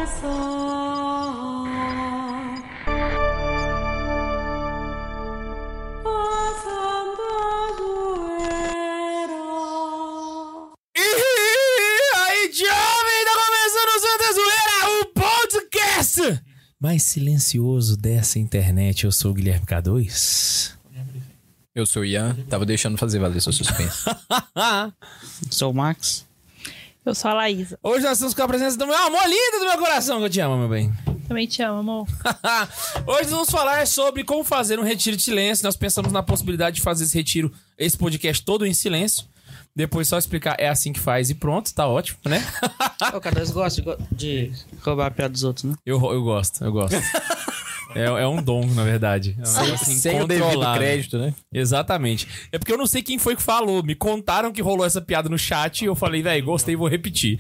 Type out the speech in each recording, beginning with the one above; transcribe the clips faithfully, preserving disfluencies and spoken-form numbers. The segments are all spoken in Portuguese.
mais silencioso dessa internet. Eu sou o Guilherme K dois. Eu sou o Ian. Tava deixando fazer valer seu suspense. Sou o Max. Eu sou a Laísa. Hoje nós estamos com a presença do meu amor lindo do meu coração, que eu te amo, meu bem. Também te amo, amor. Hoje nós vamos falar sobre como fazer um retiro de silêncio. Nós pensamos na possibilidade de fazer esse retiro, esse podcast todo em silêncio. Depois só explicar, é assim que faz e pronto, tá ótimo, né? O K dois gosta de roubar a piada dos outros, né? Eu, eu gosto, eu gosto. É, é um dom, na verdade. É um sem assim, sem o devido crédito, né? Exatamente. É porque eu não sei quem foi que falou. Me contaram que rolou essa piada no chat e eu falei, velho, gostei, vou repetir.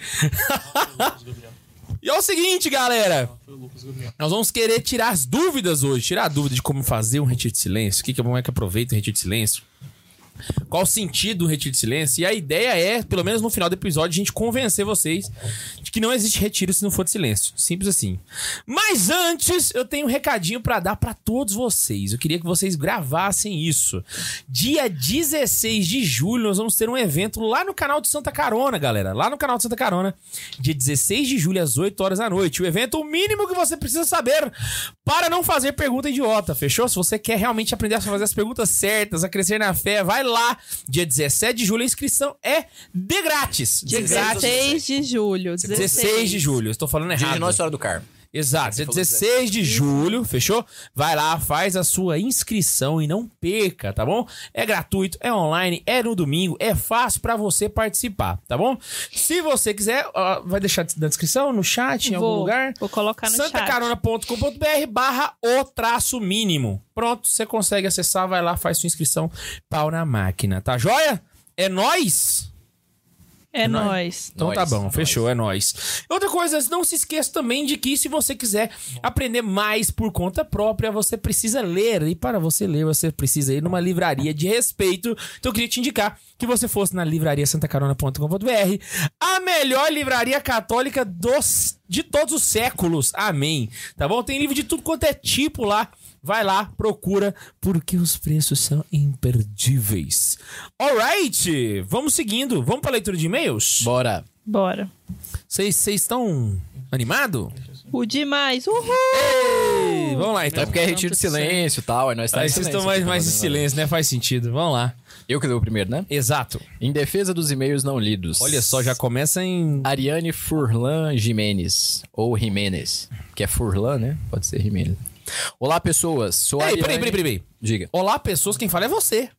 E é o seguinte, galera. Nós vamos querer tirar as dúvidas hoje. Tirar a dúvida de como fazer um retiro de silêncio. O que, que é bom é que aproveita o retiro de silêncio. Qual o sentido do retiro de silêncio? E a ideia é, pelo menos no final do episódio, a gente convencer vocês de que não existe retiro se não for de silêncio. Simples assim. Mas antes, eu tenho um recadinho pra dar pra todos vocês. Eu queria que vocês gravassem isso. Dia dezesseis de julho, nós vamos ter um evento lá no canal do Santa Carona, galera. Lá no canal do Santa Carona. Dia dezesseis de julho, às oito horas da noite. O evento, o mínimo que você precisa saber para não fazer pergunta idiota, fechou? Se você quer realmente aprender a fazer as perguntas certas, a crescer na fé, vai lá, dia dezessete de julho, a inscrição é de grátis. De dezesseis de julho. dezesseis de julho, estou falando errado. Dia de Nossa Senhora do Carmo. Exato, dia dezesseis de julho, fechou? Vai lá, faz a sua inscrição e não perca, tá bom? É gratuito, é online, é no domingo, é fácil pra você participar, tá bom? Se você quiser, ó, vai deixar na descrição, no chat, em vou, algum lugar. Vou colocar no santacarona ponto com ponto br barra o traço mínimo. Pronto, você consegue acessar, vai lá, faz sua inscrição, pau na máquina, tá joia? É nóis! É, é nóis. Então nóis, tá bom, nóis. fechou, é nóis. Outra coisa, não se esqueça também de que se você quiser aprender mais por conta própria, você precisa ler. E para você ler, você precisa ir numa livraria de respeito. Então eu queria te indicar que você fosse na livraria santacarona ponto com ponto br, a melhor livraria católica dos, de todos os séculos. Amém. Tá bom? Tem livro de tudo quanto é tipo lá. Vai lá, procura, porque os preços são imperdíveis. Alright, vamos seguindo. Vamos pra leitura de e-mails? Bora. Bora. Vocês estão animados? O demais. Uhul! Ei, vamos lá, então. É porque é retiro de silêncio e tal, aí nós Aí estamos vocês estão mais, mais em silêncio, né? Faz sentido. Vamos lá. Eu que dei o primeiro, né? Exato. Em defesa dos e-mails não lidos. Olha só, já começa em... Ariane Furlan Jimenez, ou Jimenez, que é Furlan, né? Pode ser Jimenez. Olá, pessoas. Sou a Ei, Ariane... peraí, peraí, peraí. Diga. Olá, pessoas, quem fala é você.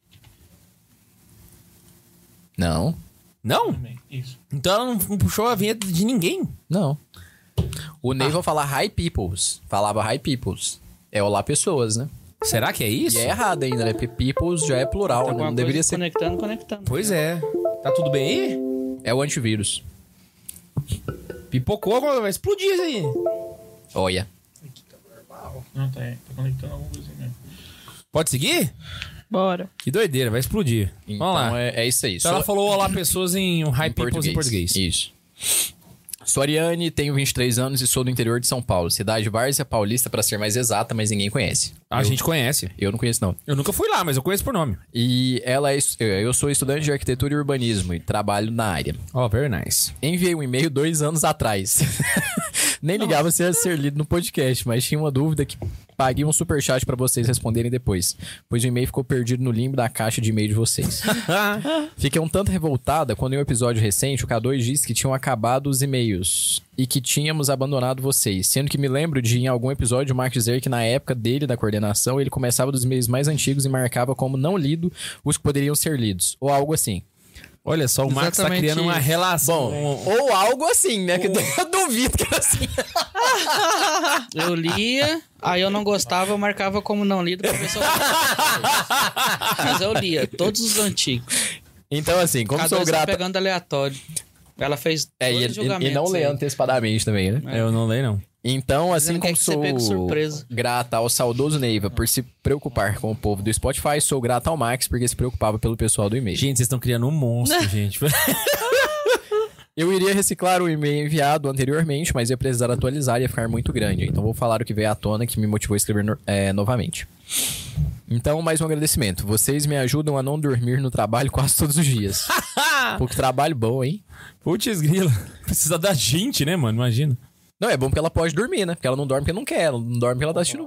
Não. Não? Isso. Então ela não, não puxou a vinheta de ninguém. Não. O Ney vai falar hi peoples. Falava hi peoples. É olá, pessoas, né? Será que é isso? E é errado ainda, né? Porque peoples já é plural, né? Alguma Não coisa deveria ser... Conectando, conectando. Pois é. Tá tudo bem aí? É o antivírus. Pipocou, agora vai explodir isso aí. Olha. Não, tá, tá conectando alguma coisa mesmo. Pode seguir? Bora. Que doideira, vai explodir. Então Vamos lá. É, é isso aí. Então ela Sou- falou olá, pessoas em um high em peoples em português. Isso. Sou Ariane, tenho vinte e três anos e sou do interior de São Paulo. Cidade Várzea Paulista, pra ser mais exata, mas ninguém conhece. A eu, gente conhece. Eu não conheço, não. Eu nunca fui lá, mas eu conheço por nome. E ela é... Eu sou estudante de arquitetura e urbanismo e trabalho na área. Oh, very nice. Enviei um e-mail dois anos atrás. Nem ligava se ia ser lido no podcast, mas tinha uma dúvida que paguei um superchat pra vocês responderem depois, pois o e-mail ficou perdido no limbo da caixa de e-mail de vocês. Fiquei um tanto revoltada quando em um episódio recente o K dois disse que tinham acabado os e-mails e que tínhamos abandonado vocês, sendo que me lembro de em algum episódio o Mark dizer que na época dele da coordenação ele começava dos e-mails mais antigos e marcava como não lido os que poderiam ser lidos, ou algo assim. Olha só, o Max tá Exatamente criando uma isso. relação. Bom, ou algo assim, né? Que eu duvido que era assim. Eu lia, aí eu não gostava, eu marcava como não lido pra ver se eu... Mas eu lia, todos os antigos. Então, assim, como Cada sou um tá grato... pegando aleatório. Ela fez É, e, dois e, julgamentos e não lê aí. antecipadamente também, né? Eu não leio, não. Então, assim Dizendo que como é que você sou pega surpresa. grata ao saudoso Neiva por se preocupar com o povo do Spotify, sou grata ao Max porque se preocupava pelo pessoal do e-mail. Gente, vocês estão criando um monstro, gente. Eu iria reciclar o e-mail enviado anteriormente, mas ia precisar atualizar e ia ficar muito grande. Então vou falar o que veio à tona que me motivou a escrever no- é, novamente. Então, mais um agradecimento. Vocês me ajudam a não dormir no trabalho quase todos os dias. Pô, que trabalho bom, hein? Putz, grila. Precisa da gente, né, mano? Imagina. Não, é bom porque ela pode dormir, né? Porque ela não dorme porque não quer. Ela não dorme porque ela tá assistindo...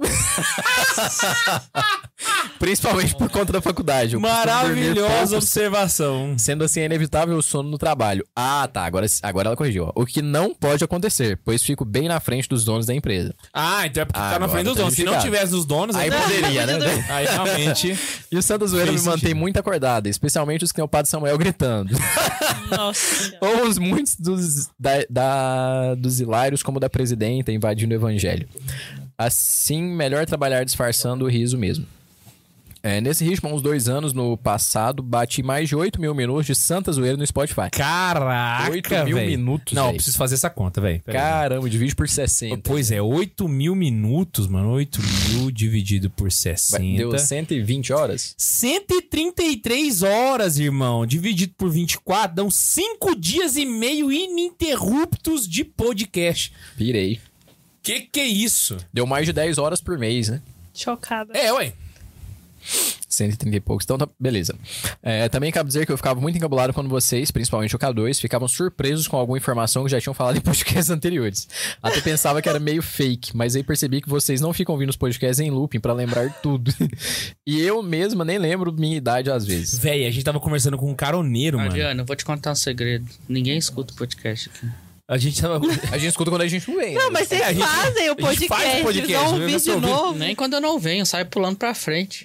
Principalmente por conta da faculdade. Eu costumo dormir Maravilhosa pouco. observação. Sendo assim, é inevitável o sono no trabalho. Ah, tá. Agora, agora ela corrigiu. Ó. O que não pode acontecer, pois fico bem na frente dos donos da empresa. Ah, então é porque Ah, tá na agora frente dos tá donos. Se não justificado. tivesse os donos, Aí aí, poderia, né? aí realmente... E o Santa Zoeira me Fez mantém sentido. muito acordada, especialmente os que tem o Padre Samuel gritando. Nossa. Ou os muitos dos, da, da- dos hilários, como o da presidenta, invadindo o evangelho. Assim, melhor trabalhar disfarçando o riso mesmo. É, nesse ritmo, há uns dois anos no passado, bati mais de oito mil minutos de Santa Zoeira no Spotify. Caraca, oito mil véi. minutos, Não, véi. preciso fazer essa conta, velho. Caramba, divide por sessenta. Pois é, oito mil minutos, mano. oito mil dividido por Vai- sessenta. Deu cento e vinte horas? cento e trinta e três horas, irmão. Dividido por vinte e quatro, dão cinco dias e meio ininterruptos de podcast. Pirei. Que que é isso? Deu mais de dez horas por mês, né? Chocada. É, ué. cento e trinta e poucos. Então tá, beleza. É, também cabe dizer que eu ficava muito encabulado quando vocês, principalmente o K dois, ficavam surpresos com alguma informação que já tinham falado em podcasts anteriores. Até pensava que era meio fake, mas aí percebi que vocês não ficam ouvindo os podcasts em looping pra lembrar tudo. E eu mesma nem lembro minha idade às vezes. Véi, a gente tava conversando com um caroneiro, mano. Adriano, eu vou te contar um segredo. Ninguém escuta o podcast aqui. A gente tava... A gente escuta quando a gente não vem. Não, né? mas vocês É, a gente- fazem o a gente faz podcast, o podcast, eles vão né? ouvir Você de ouviu? novo. Nem quando eu não venho, sai pulando pra frente.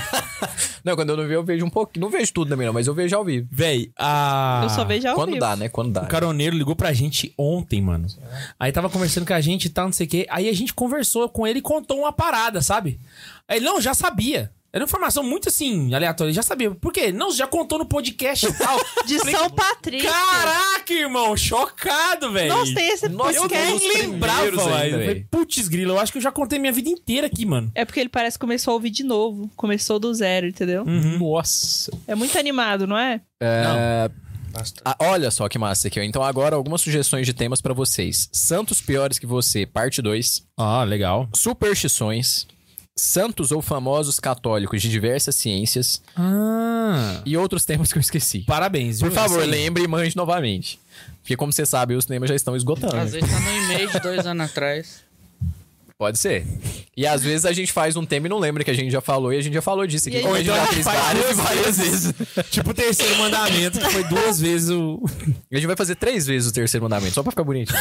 Não, quando eu não vejo, eu vejo um pouquinho. Não vejo tudo também, não, mas eu vejo ao vivo. Véi, a... Eu só vejo ao Quando vivo. dá, né? Quando dá. O caroneiro ligou pra gente ontem, mano. Aí tava conversando com a gente e tal, não sei o quê. Aí a gente conversou com ele e contou uma parada, sabe? Aí ele, não, já sabia. Era uma informação muito assim, aleatória. Ele já sabia. Por quê? Não, já contou no podcast e tal. De Falei, São Patrício. Caraca, irmão, chocado, velho. Nossa, tem esse Nossa, Eu podcast. nem os lembrava, primeiros ainda, velho. Eu falei, velho. putz, grila, eu acho que eu já contei minha vida inteira aqui, mano. É porque ele parece que começou a ouvir de novo. Começou do zero, entendeu? Uhum. Nossa. É muito animado, não é? É, Bastante. ah, olha só que massa aqui, ó. Então agora algumas sugestões de temas pra vocês. Santos piores que você, parte dois. Ah, legal. Superstições. Santos ou famosos católicos de diversas ciências. Ah. E outros temas que eu esqueci. Parabéns, Por viu? favor, Assim, lembre e mande novamente. Porque como você sabe, os temas já estão esgotando. Às né? vezes tá no e-mail de dois anos atrás. Pode ser. E às vezes a gente faz um tema e não lembra que a gente já falou e a gente já falou disso aqui. E aí- Ou a gente Ou já então fez faz várias e duas várias vezes. Tipo o terceiro mandamento, que foi duas vezes o... A gente vai fazer três vezes o terceiro mandamento, só pra ficar bonitinho.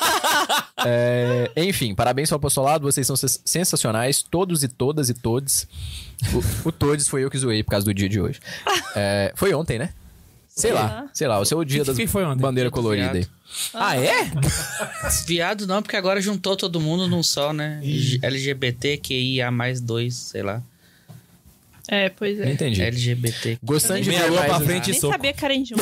É, enfim, parabéns ao apostolado, vocês são sens- sensacionais, todos e todas e todes. O, o todes foi eu que zoei por causa do dia de hoje. É, foi ontem, né? Sei lá, sei lá, o seu dia Que- das que foi ontem? bandeira Dia do colorida aí. viado. Ah, é? Viado não, porque agora juntou todo mundo num só, né? G- L G B T Q I A mais dois, sei lá. É, pois Não é. entendi. L G B T. Gostando de Meia ver lua mais pra os- frente e Nem soco. sabia que era em junho.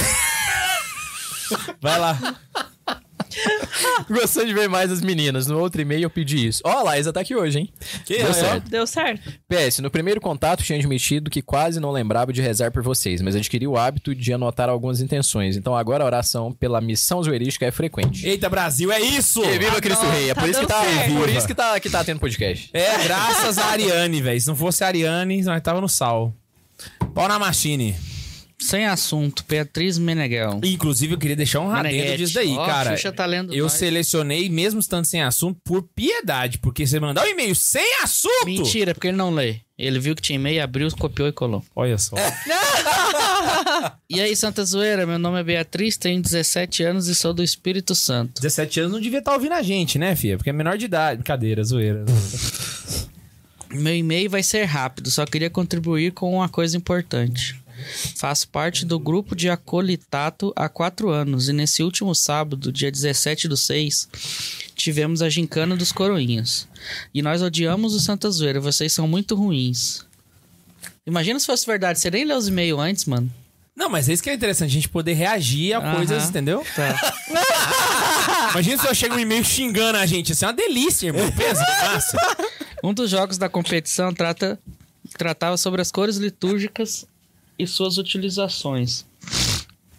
Vai lá. Gostando de ver mais as meninas. No outro e-mail eu pedi isso. Ó, a Laísa tá aqui hoje, hein? Que Deu ó, certo. Deu certo? P S, no primeiro contato tinha admitido que quase não lembrava de rezar por vocês, mas adquiri o hábito de anotar algumas intenções. Então agora a oração pela missão zoeirística é frequente. Eita, Brasil, é isso! E viva Ah, Cristo não, Rei! É tá por isso que tá, dando certo. por isso que tá, que tá tendo podcast. É, graças a Ariane, velho. Se não fosse a Ariane, nós tava no sal. Pau na machine. Sem assunto, Beatriz Meneghel. Inclusive, eu queria deixar um radendo Meneghetti. disso daí, Ó, cara. Xuxa tá lendo Eu nós. selecionei, mesmo estando sem assunto, por piedade. Porque você mandar um e-mail sem assunto... Mentira, porque ele não lê. Ele viu que tinha e-mail, abriu, copiou e colou. Olha só. E aí, Santa Zoeira, meu nome é Beatriz, tenho dezessete anos e sou do Espírito Santo. dezessete anos não devia estar ouvindo a gente, né, filha? Porque é menor de idade. Brincadeira, zoeira. Meu e-mail vai ser rápido, só queria contribuir com uma coisa importante. Faço parte do grupo de acolitato há quatro anos e nesse último sábado, dia dezessete do seis, tivemos a gincana dos coroinhas. E nós odiamos o Santa Zoeira, vocês são muito ruins. Imagina se fosse verdade, você nem lê os e-mails antes, mano. Não, mas é isso que é interessante, a gente poder reagir a Aham. coisas, entendeu? Tá. Imagina se eu chego um e-mail xingando a gente. Isso é uma delícia, irmão. Pensa, que massa. Um dos jogos da competição trata, tratava sobre as cores litúrgicas e suas utilizações.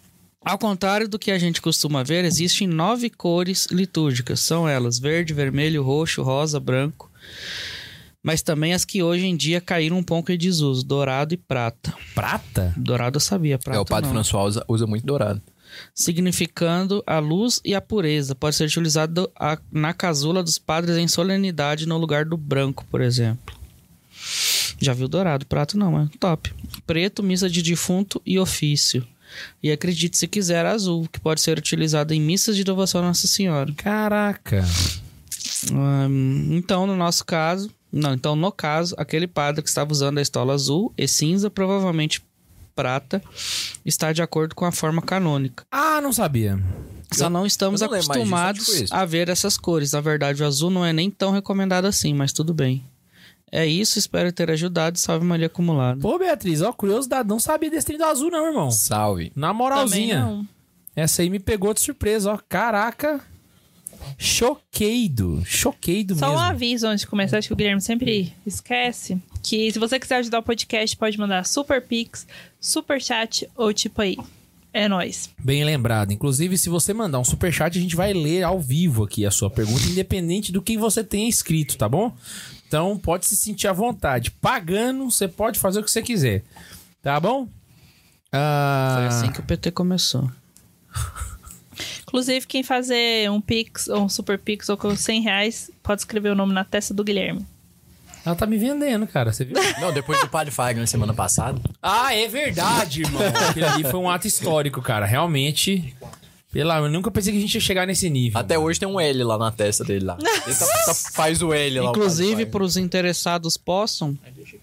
Ao contrário do que a gente costuma ver, existem nove cores litúrgicas. São elas verde, vermelho, roxo, rosa, branco. Mas também as que hoje em dia caíram um pouco em desuso. Dourado e prata. Prata? Dourado eu sabia, prata É, o padre não. François usa, usa muito dourado. Significando a luz e a pureza. Pode ser utilizado a, na casula dos padres em solenidade no lugar do branco, por exemplo. Já viu dourado, prato não, é top. Preto, missa de defunto e ofício. E acredite se quiser, azul, que pode ser utilizado em missas de devoção a Nossa Senhora. Caraca. Hum, então, no nosso caso... Não, então, no caso, aquele padre que estava usando a estola azul e cinza, provavelmente prata, está de acordo com a forma canônica. Ah, não sabia. Só não estamos eu não lembro mais disso, acostumados acho que foi isso. a ver essas cores. Na verdade, o azul não é nem tão recomendado assim, mas tudo bem. É isso, espero ter ajudado. Salve Maria Acumulada. Pô, Beatriz, ó, curiosidade, não sabia desse trem do azul não, irmão. Salve. Na Também moralzinha. não. Essa aí me pegou de surpresa, ó. Caraca. Choqueido. Choqueido Só mesmo. um aviso antes de começar, acho que o Guilherme sempre esquece, que se você quiser ajudar o podcast, pode mandar Super Pix, Super Chat ou tipo aí. É nóis. Bem lembrado. Inclusive, se você mandar um superchat, a gente vai ler ao vivo aqui a sua pergunta, independente do que você tenha escrito, tá bom? Então, pode se sentir à vontade. Pagando, você pode fazer o que você quiser. Tá bom? Ah... Foi assim que o P T começou. Inclusive, quem fazer um Pix ou um Super Pix ou com cem reais, pode escrever o nome na testa do Guilherme. Ela tá me vendendo, cara. Você viu? Não, depois do padre Fagner semana passada. Ah, é verdade, irmão. Aquele ali foi um ato histórico, cara. Realmente. Pela... Eu nunca pensei que a gente ia chegar nesse nível. Até hoje tem um L lá na testa dele lá. Ele tá- tá- faz o L lá. o Inclusive, padre para os interessados possam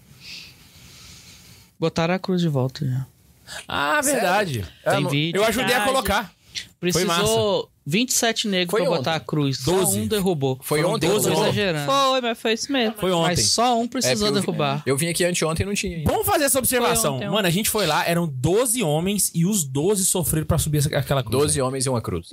botar a cruz de volta já. Ah, verdade. Fagner. Tem não- vídeo. Eu ajudei a Verdade. colocar. Precisou vinte e sete negros Foi pra ontem. botar a cruz. doze. Só um derrubou. Foi Foram ontem. doze Tô eu- homens. exagerando. Foi, mas foi isso mesmo. Foi ontem. Mas só um É, precisou porque eu vi- derrubar. Eu vim aqui anteontem e não tinha ainda. Vamos fazer essa observação. Foi ontem, Mano, a gente foi lá, eram doze homens e os doze sofreram pra subir essa- aquela cruz. doze homens e uma cruz.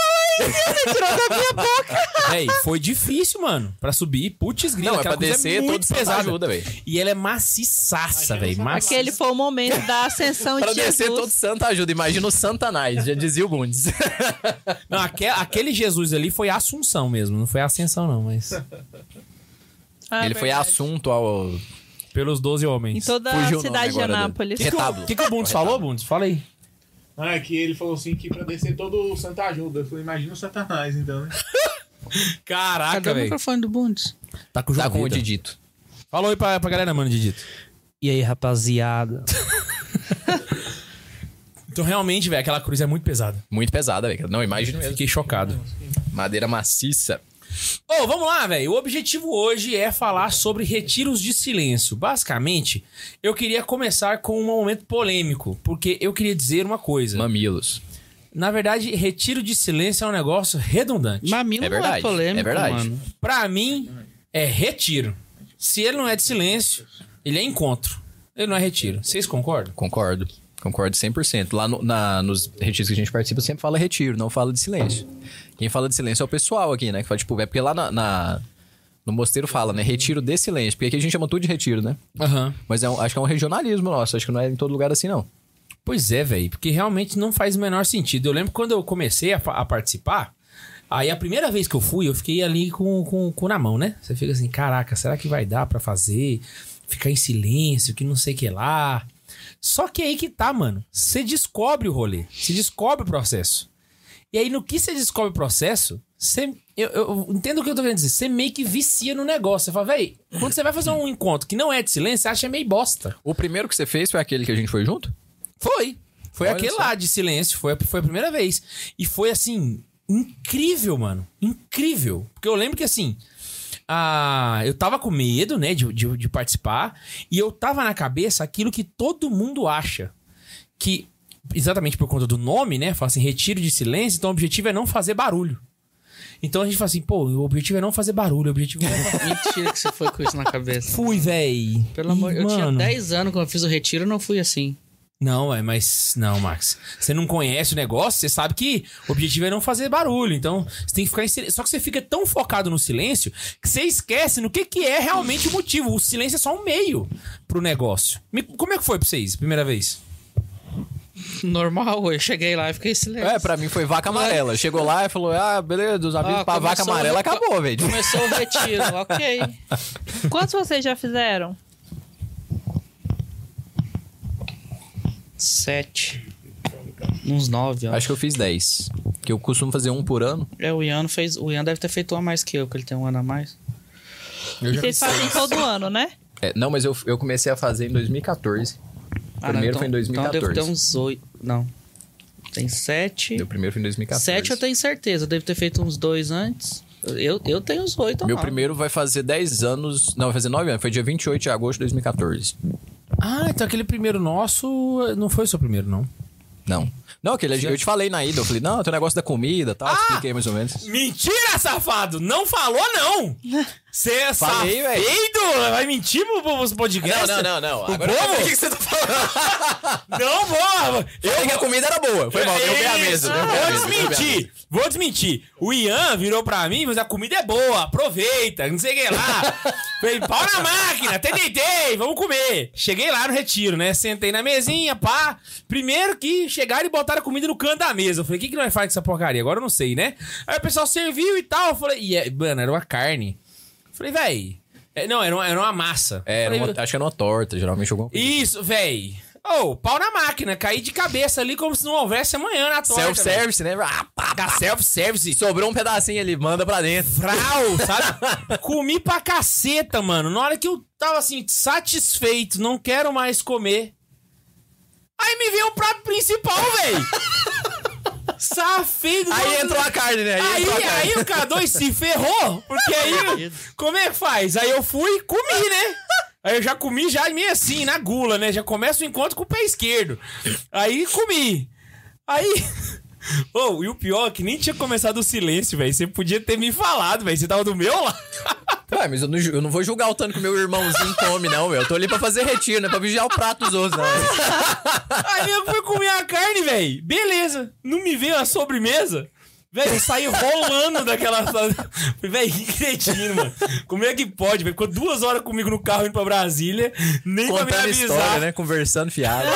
Véi, foi difícil, mano, pra subir. Putz, grila, Não, é aquela pra cruz descer, muito todo santo pesada. ajuda, velho. E ela é maciçaça, velho. Maciça. Aquele foi o momento da ascensão Pra de descer Jesus. todo santo ajuda. Imagina o Santanás, já dizia o Bundes. Não, aque- aquele Jesus ali foi a Assunção mesmo, não foi a Ascensão, não, mas. Ah, Ele foi verdade. assunto ao... Pelos doze homens. Em toda Fugiu o a nome cidade de agora dele. Anápolis. O que, que, o- Retábulo. que, que o Bundes falou, Bundes? Fala aí. Ah, é que ele falou assim que pra descer todo o Santa Ajuda. Eu falei, imagina o Satanás, então, né? Cadê Caraca, o velho. microfone do Bundes? Tá com o João Tá com o Vitor. Didito. Falou aí pra, pra galera, mano, Didito. E aí, rapaziada? Então, realmente, velho, aquela cruz é muito pesada. Muito pesada, velho. Não, imagina mesmo. Fiquei chocado. Madeira maciça. Ô, vamos lá, velho. O objetivo hoje é falar sobre retiros de silêncio. Basicamente, eu queria começar com um momento polêmico, porque eu queria dizer uma coisa. Mamilos. Na verdade, retiro de silêncio é um negócio redundante. Mamilo É não é verdade, polêmico, é verdade. mano. Pra mim, é retiro. Se ele não é de silêncio, ele é encontro. Ele não é retiro. Vocês concordam? Concordo. Concordo cem por cento. Lá no- na- nos retiros que a gente participa, sempre fala retiro, não fala de silêncio. Quem fala de silêncio é o pessoal aqui, né? Que fala, tipo, é porque lá na, na- no mosteiro fala, né? Retiro de silêncio. Porque aqui a gente chama tudo de retiro, né? Aham. Mas é um- acho que é um regionalismo nosso. Acho que não é em todo lugar assim, não. Pois é, velho. Porque realmente não faz o menor sentido. Eu lembro quando eu comecei a, fa- a participar, aí a primeira vez que eu fui, eu fiquei ali com, com, com na mão, né? Você fica assim, caraca, será que vai dar pra fazer? Ficar em silêncio, que não sei o que lá. Só que aí que tá, mano. Você descobre o rolê. Você descobre o processo. E aí, no que você descobre o processo, você... Eu, eu entendo o que eu tô querendo dizer. Você meio que vicia no negócio. Você fala, véi, quando você vai fazer um encontro que não é de silêncio, você acha meio bosta. O primeiro que você fez foi aquele que a gente foi junto? Foi. Foi Olha aquele só. lá de silêncio. Foi, a- foi a primeira vez. E foi, assim, incrível, mano. Incrível. Porque eu lembro que, assim... Ah, eu tava com medo, né, de, de, de participar. E eu tava na cabeça aquilo que todo mundo acha. Que, exatamente por conta do nome, né? Fala assim, retiro de silêncio. Então o objetivo é não fazer barulho. Então a gente fala assim, pô, o objetivo é não fazer barulho. O objetivo é não fazer... Mentira que você foi com isso na cabeça. Fui, véi. Pelo amor, E, eu tinha mano, dez anos quando eu fiz o retiro, eu não fui assim. Não, é, mas... Não, Max. Você não conhece o negócio, você sabe que o objetivo é não fazer barulho. Então, você tem que ficar em silêncio. Só que você fica tão focado no silêncio que você esquece no que, que é realmente o motivo. O silêncio é só um meio pro negócio. Me- Como é que foi pra vocês, primeira vez? Normal, eu cheguei lá e fiquei silêncio. É, pra mim foi vaca amarela. Chegou lá e falou, ah, beleza, dos amigos Ah, pra vaca começou amarela o- acabou, velho. Começou o retiro, ok. Quantos vocês já fizeram? Sete. Uns nove, ó. Acho que eu fiz dez. Que eu costumo fazer um por ano. É, o Ian fez. O Ian deve ter feito um a mais que eu, que ele tem um ano a mais. Eu já Vocês fiz fazem todo ano, né? É, não, mas eu, eu comecei a fazer em dois mil e quatorze. Ah, não, primeiro então- foi em dois mil e quatorze. Então deve ter uns oito. Não. Tem sete. Meu primeiro foi em dois mil e quatorze. Sete eu tenho certeza. Eu devo ter feito uns dois antes. Eu, eu tenho uns oito ou Meu nove. primeiro vai fazer dez anos. Não, vai fazer nove anos. Foi dia vinte e oito de agosto de dois mil e quatorze. Ah, então aquele primeiro nosso não foi o seu primeiro, não. Não. Não, aquele, eu te falei na ida. Eu falei, não, tem o negócio da comida e tal. Ah! Expliquei mais ou menos. Mentira, safado! Não falou, não! Você é Falei, safado! Vai mentir pro- pros podcasts? Não, não, não, não. O Agora povo? o que que você tá falando? Não vou! Eu falei que a comida era boa. Foi mal, derrubei a mesa. Isso, derrubei a Vou mesa, derrubei a desmentir! mesa. Vou desmentir. O Ian virou pra mim, mas a comida é boa, aproveita, não sei o que lá. Falei, pau na máquina, até deitei, vamos comer. Cheguei lá no retiro, né? Sentei na mesinha, pá. Primeiro que chegaram e botaram a comida no canto da mesa. Eu falei, o que, que nós faz com essa porcaria? Agora eu não sei, né? Aí o pessoal serviu e tal. Eu falei, e é, mano, era uma carne. Eu falei, véi. é, Não, era uma, era uma massa. É, era Falei, uma- acho que era uma torta, geralmente alguma coisa. Isso, véi. Ô, oh, pau na máquina, caí de cabeça ali como se não houvesse amanhã na torta. Self-service, né? Ah, pá, Da pá. self-service. Sobrou um pedacinho ali, manda pra dentro. Vral, sabe? Comi pra caceta, mano. Na hora que eu tava assim, satisfeito, não quero mais comer. Aí me veio o prato principal, véi. Safado. Aí entrou a carne, né? Aí, entrou a carne. aí o K dois se ferrou. Porque aí, como é que faz? Aí eu fui e comi, né? Aí eu já comi já meio assim, na gula, né? Já começa o encontro com o pé esquerdo. Aí comi. Aí... Oh, e o pior é que nem tinha começado o silêncio, velho. Você podia ter me falado, velho. Você tava do meu lado. Ué, mas eu não, ju- eu não vou julgar o tanto que meu irmãozinho come, não, meu. Eu tô ali pra fazer retiro, não é pra vigiar o prato dos outros, não. Aí eu fui comer a carne, velho. Beleza. Não me veio a sobremesa. Velho, eu saí rolando daquela... Falei, velho, que cretino, mano. Como é que pode, velho? Ficou duas horas comigo no carro indo pra Brasília, nem pra me Contando avisar. história, né? Conversando fiado.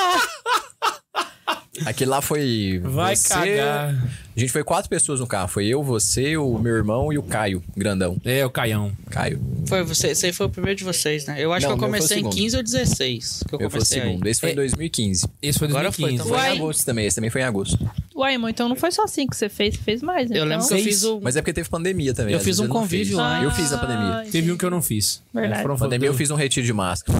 Aquele lá foi. Vai você... cagar. A gente foi quatro pessoas no carro. Foi eu, você, o meu irmão e o Caio, grandão. É, o Caião. Caio. Foi você, esse aí foi o primeiro de vocês, né? Eu acho Não, que eu o meu foi o comecei em segundo. quinze ou dezesseis. Que eu Eu fui o comecei aí. segundo. Esse foi É. em dois mil e quinze. Esse foi Agora dois mil e quinze. foi, Foi Uai. em agosto também. Esse também foi em agosto. Uai, irmão, então não foi só assim que você fez, você fez mais, então. Eu lembro que eu Seis. fiz o. Mas é porque teve pandemia também. Eu às fiz vezes um não convívio fez. lá. Eu fiz na pandemia. Ah, Teve um que eu não fiz. Verdade. Foram- Na pandemia eu fiz um retiro de máscara.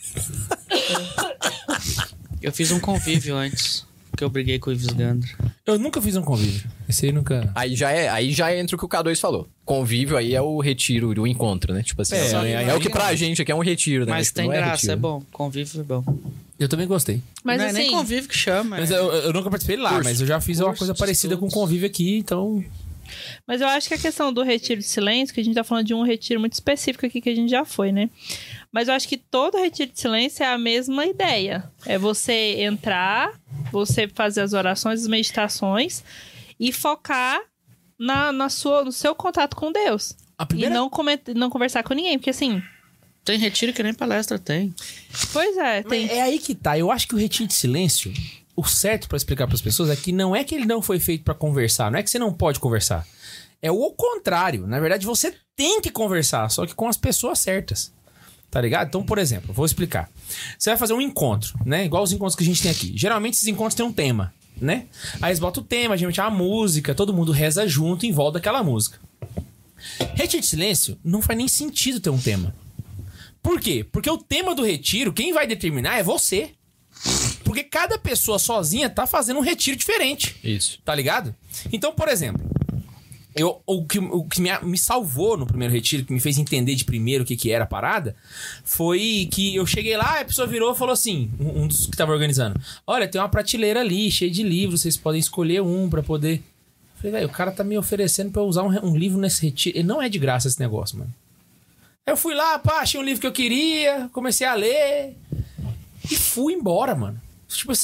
Eu fiz um convívio antes. Que eu briguei com o Ives Gandra. Eu nunca fiz um convívio. Esse aí nunca... Aí já é, aí já entra o que o K dois falou. Convívio aí é o retiro, o encontro, né? Tipo assim, É, é, aí- é aí- o que pra gente aqui é um retiro, né? Mas Tipo, tem não graça, retiro. é bom. Convívio é bom. Eu também gostei. Mas não é assim, nem convívio que chama. Mas é... eu, eu nunca participei lá, Curso. mas eu já fiz uma Curso coisa de parecida com estudos. convívio aqui, então... mas eu acho que a questão do retiro de silêncio, que a gente tá falando de um retiro muito específico aqui que a gente já foi, né? Mas eu acho que todo retiro de silêncio é a mesma ideia. É você entrar, você fazer as orações, as meditações e focar na, na sua, no seu contato com Deus. A primeira... E não, coment... não conversar com ninguém, porque assim... Tem retiro que nem palestra tem. Pois é, tem... É aí que tá. Eu acho que o retiro de silêncio, o certo pra explicar pras pessoas é que não é que ele não foi feito pra conversar, não é que você não pode conversar. É o contrário. Na verdade, você tem que conversar, só que com as pessoas certas. Tá ligado? Então, por exemplo, vou explicar. Você vai fazer um encontro, né? Igual os encontros que a gente tem aqui. Geralmente, esses encontros têm um tema, né? Aí eles botam o tema, geralmente é uma música, todo mundo reza junto em volta daquela música. Retiro de silêncio não faz nem sentido ter um tema. Por quê? Porque o tema do retiro, quem vai determinar é você. Porque cada pessoa sozinha tá fazendo um retiro diferente. Isso. Tá ligado? Então, por exemplo, eu, o que, o que me, me salvou no primeiro retiro, que me fez entender de primeiro o que, que era a parada, foi que eu cheguei lá, a pessoa virou e falou assim, um, um dos que tava organizando: olha, tem uma prateleira ali, cheia de livros, vocês podem escolher um pra poder... Eu falei, velho, o cara tá me oferecendo pra eu usar um, um livro nesse retiro. E não é de graça esse negócio, mano. Aí eu fui lá, pá, achei um livro que eu queria, comecei a ler e fui embora, mano. Tipo assim,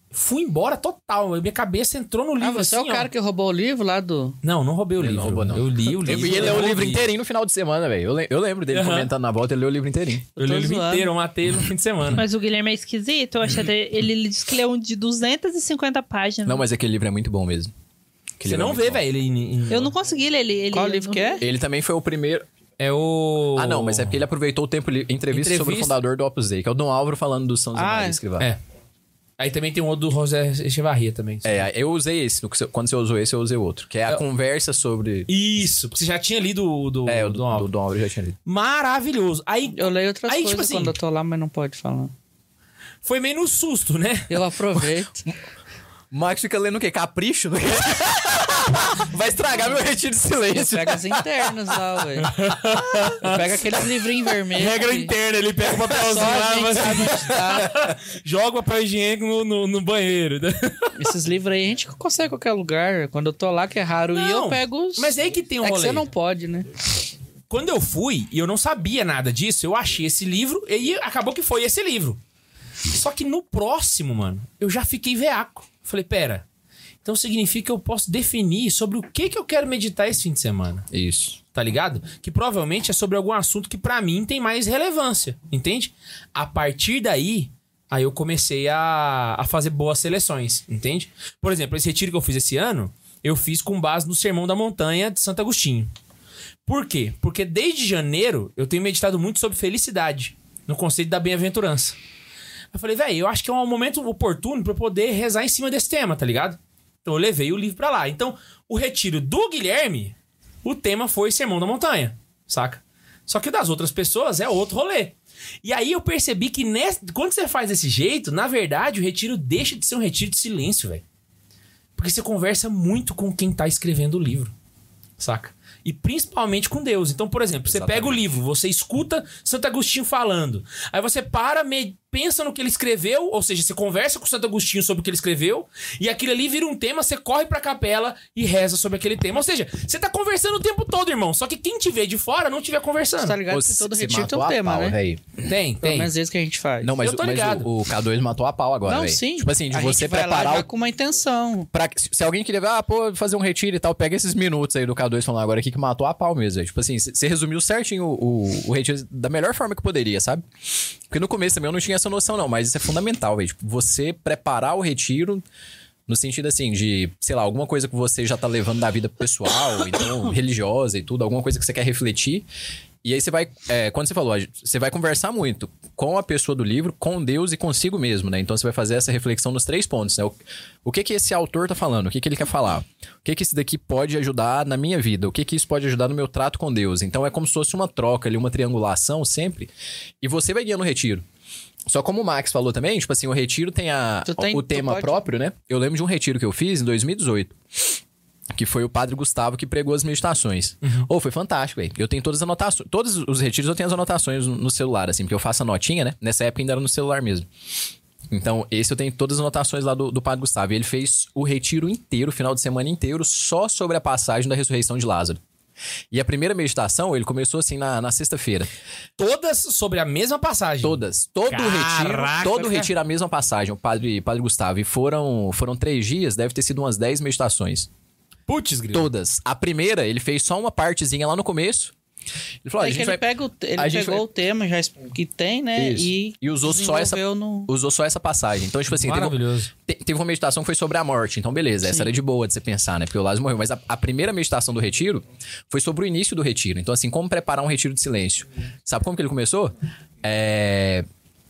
fui embora total. Minha cabeça entrou no livro Ah, você assim, é o cara ó. que roubou o livro lá do... Não, não roubei o Ele livro. não roubou, não. Eu li o livro. E ele leu o livro ouvi. inteirinho no final de semana, velho. Eu, le- eu lembro dele Aham. comentando na volta, ele leu o livro inteirinho. Eu li tô o livro zoando. inteiro, eu matei ele no fim de semana. Mas o Guilherme é esquisito. Eu achei até- ele, ele disse que ele é um de duzentas e cinquenta páginas. Não, mas aquele livro é muito bom mesmo. Aquele Você livro não é vê, muito bom. velho, ele... em- em- Eu não consegui ler ele. ele Qual livro não- que é? Ele também foi o primeiro... É o... Ah, não, mas é porque ele aproveitou o tempo... Li... Entrevista, sobre o Entrevista- fundador do Opus Dei, que é o Dom Álvaro falando do São José Ah, Maria é. Escrivá. É. Aí também tem um outro do José Echevarria também. É, eu usei esse. no que você- Quando você usou esse, eu usei outro. Que é a Eu- conversa sobre... Isso, porque você já tinha lido o do, É, o do, do, Álvaro. do Dom Álvaro eu já tinha lido. Maravilhoso. Aí Eu leio outras Aí, coisas tipo assim- quando eu tô lá, mas não pode falar. foi meio no susto, né? Eu aproveito. O Max fica lendo o quê? Capricho? Né? Vai estragar meu retiro de Eu silêncio. pego as internas lá, velho. Eu pego aqueles livrinhos vermelhos. Regra que interna, ele pega o Só papelzinho a lá, gente mas... sabe onde tá. joga o papel higiênico no, no, no banheiro. Esses livros aí a gente consegue em qualquer lugar. Quando eu tô lá, que é raro ir, eu Não, pego os... mas é aí que tem um É que rolê. você não pode, né? Quando eu fui, e eu não sabia nada disso, eu achei esse livro e acabou que foi esse livro. Só que no próximo, mano, eu já fiquei veaco. Falei, pera, então significa que eu posso definir sobre o que, que eu quero meditar esse fim de semana. Isso. Tá ligado? Que provavelmente é sobre algum assunto que pra mim tem mais relevância, entende? A partir daí, aí eu comecei a, a fazer boas seleções, entende? Por exemplo, esse retiro que eu fiz esse ano, eu fiz com base no Sermão da Montanha de Santo Agostinho. Por quê? Porque desde janeiro eu tenho meditado muito sobre felicidade, no conceito da bem-aventurança. Eu falei, velho, eu acho que é um momento oportuno pra eu poder rezar em cima desse tema, tá ligado? Então eu levei o livro pra lá. Então, o retiro do Guilherme, o tema foi Sermão da Montanha, saca? Só que o das outras pessoas é outro rolê. E aí eu percebi que nesse, quando você faz desse jeito, na verdade, o retiro deixa de ser um retiro de silêncio, velho. Porque você conversa muito com quem tá escrevendo o livro, saca? E principalmente com Deus. Então, por exemplo, você Exatamente. pega o livro, você escuta Santo Agostinho falando. Aí você para, me... pensa no que ele escreveu, ou seja, você conversa com Santo Agostinho sobre o que ele escreveu, e aquilo ali vira um tema, você corre pra capela e reza sobre aquele tema. Ou seja, você tá conversando o tempo todo, irmão. Só que quem te vê de fora não te vê conversando. Você tá ligado Pô, que todo você retiro tem matou um a tema, pau, né? véi. Tem, Pelo tem. menos é isso que a gente faz. Não, mas, Eu tô mas ligado. o, o K dois matou a pau agora, Não, véi. sim. Tipo assim, de a você gente vai lá e preparar vai o... com uma intenção. Pra, se alguém queria ver, ah, pô, fazer um retiro e tal, pega esses minutos aí do K dois falando agora aqui que matou a pau mesmo, véi. Tipo assim, você resumiu certinho o, o, o retiro da melhor forma que poderia, sabe? Porque no começo também eu não tinha essa noção, não, mas isso é fundamental, véi. Tipo, você preparar o retiro no sentido assim, de, sei lá, alguma coisa que você já tá levando da vida pessoal, então, religiosa e tudo, alguma coisa que você quer refletir. E aí você vai, é, quando você falou, você vai conversar muito com a pessoa do livro, com Deus e consigo mesmo, né? Então você vai fazer essa reflexão nos três pontos, né? O, o que que esse autor tá falando? O que que ele quer falar? O que que isso daqui pode ajudar na minha vida? O que que isso pode ajudar no meu trato com Deus? Então é como se fosse uma troca ali, uma triangulação sempre. E você vai guiando o retiro. Só como o Max falou também, tipo assim, o retiro tem, a, Tu tem- o tu tema pode- próprio, né? Eu lembro de um retiro que eu fiz em dois mil e dezoito. Que foi o Padre Gustavo que pregou as meditações. Ou foi fantástico, velho. Eu tenho todas as anotações. Todos os retiros eu tenho as anotações no, no celular, assim, porque eu faço a notinha, né? Nessa época ainda era no celular mesmo. Então, esse eu tenho todas as anotações lá do, do Padre Gustavo. E ele fez o retiro inteiro, o final de semana inteiro, só sobre a passagem da ressurreição de Lázaro. E a primeira meditação, ele começou assim na, na sexta-feira. Todas sobre a mesma passagem. Todas. Todo o retiro, Caraca, todo o cara. retiro a mesma passagem, o Padre, Padre Gustavo. E foram, foram três dias, deve ter sido umas dez meditações. Putz, grilo. Todas. A primeira, ele fez só uma partezinha lá no começo. Ele falou, ó, É a que gente ele, vai... pega o, ele a gente pegou vai- o tema já es- que tem, né? Isso. E, E usou só essa- desenvolveu No... Usou só essa passagem. Então, tipo assim, teve, um- Maravilhoso. te- teve uma meditação que foi sobre a morte. Então, beleza, essa Sim. era de boa de você pensar, né? Porque o Lázaro morreu. Mas a, a primeira meditação do retiro foi sobre o início do retiro. Então, assim, como preparar um retiro de silêncio. Sabe como que ele começou? É...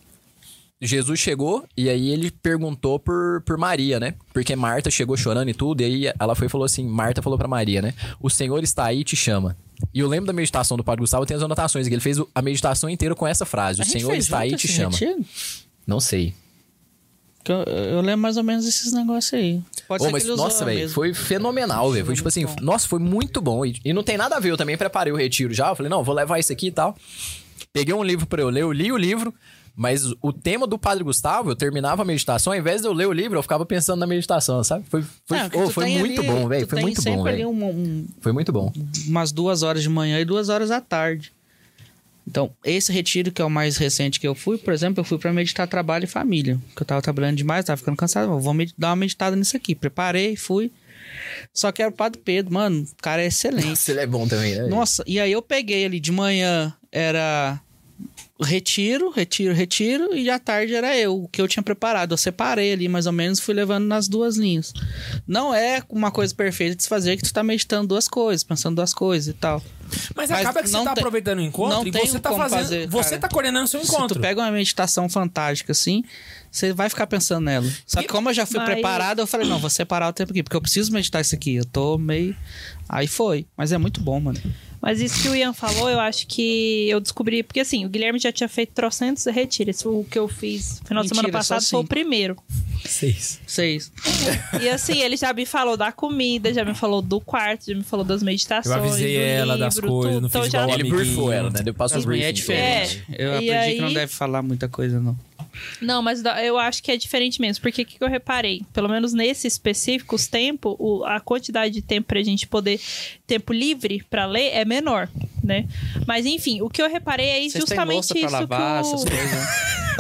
Jesus chegou e aí ele perguntou por, por Maria, né? Porque Marta chegou chorando e tudo. E aí ela foi e falou assim, Marta falou pra Maria, né? O Senhor está aí e te chama. E eu lembro da meditação do Padre Gustavo, tem as anotações, que ele fez o- a meditação inteira com essa frase. O A gente Senhor fez está aí e junto te esse chama. retiro? Não sei. Que Eu, eu lembro mais ou menos desses negócios aí. Pode Ô, ser mas, que ele usou nossa, velho, mesmo. foi fenomenal, velho. Foi tipo assim, nossa, foi muito bom. E, e não tem nada a ver, eu também preparei o retiro já. Eu falei, não, vou levar isso aqui e tal. Peguei um livro pra eu ler, eu li o livro, mas o tema do Padre Gustavo, eu terminava a meditação, ao invés de eu ler o livro, eu ficava pensando na meditação, sabe? Foi, foi, Não, porque ô, tu foi tem muito ali- bom, velho. tu Foi tem muito bom, sempre ali velho. um- um- Foi muito bom. umas duas horas de manhã e duas horas à tarde. Então, esse retiro que é o mais recente que eu fui, por exemplo, eu fui pra meditar trabalho e família. Porque eu tava trabalhando demais, tava ficando cansado. Vou med- dar uma meditada nisso aqui. Preparei, fui. Só que era o Padre Pedro, mano, o cara é excelente. Nossa, ele é bom também, né? Nossa, e aí eu peguei ali, de manhã era retiro, retiro, retiro, e à tarde era eu, o que eu tinha preparado. Eu separei ali, mais ou menos, fui levando nas duas linhas. Não é uma coisa perfeita de se fazer que tu tá meditando duas coisas, pensando duas coisas e tal. Mas, Mas acaba que você não tá tem- aproveitando o encontro não e tem você tá como fazendo. fazer, você cara. tá coordenando o seu Se encontro. tu pega uma meditação fantástica assim, você vai ficar pensando nela. Só que como eu já fui Mas- preparado, eu falei, não, vou separar o tempo aqui, porque eu preciso meditar isso aqui. Eu tô meio... Aí foi. Mas é muito bom, mano. Mas isso que o Ian falou, eu acho que eu descobri... Porque assim, o Guilherme já tinha feito trocentos retiros. O que eu fiz no final de semana Mentira, só passado foi o cinco. primeiro. Seis. Seis. E assim, ele já me falou da comida, já me falou do quarto, já me falou das meditações. Eu avisei do ela das livro, coisas, tudo. não Então fiz já... igual o Ele amiguinho. briefou ela, né? Deu passou Mas o briefing. é diferente. Eu E aprendi aí- que não deve falar muita coisa, não. Não, mas da- eu acho que é diferente mesmo. Porque o que, que eu reparei? Pelo menos nesse específico, os tempos, o- a quantidade de tempo pra gente poder... Tempo livre pra ler é menor, né? Mas enfim, o que eu reparei é Vocês têm justamente louça pra isso lavar, que o... essas coisas.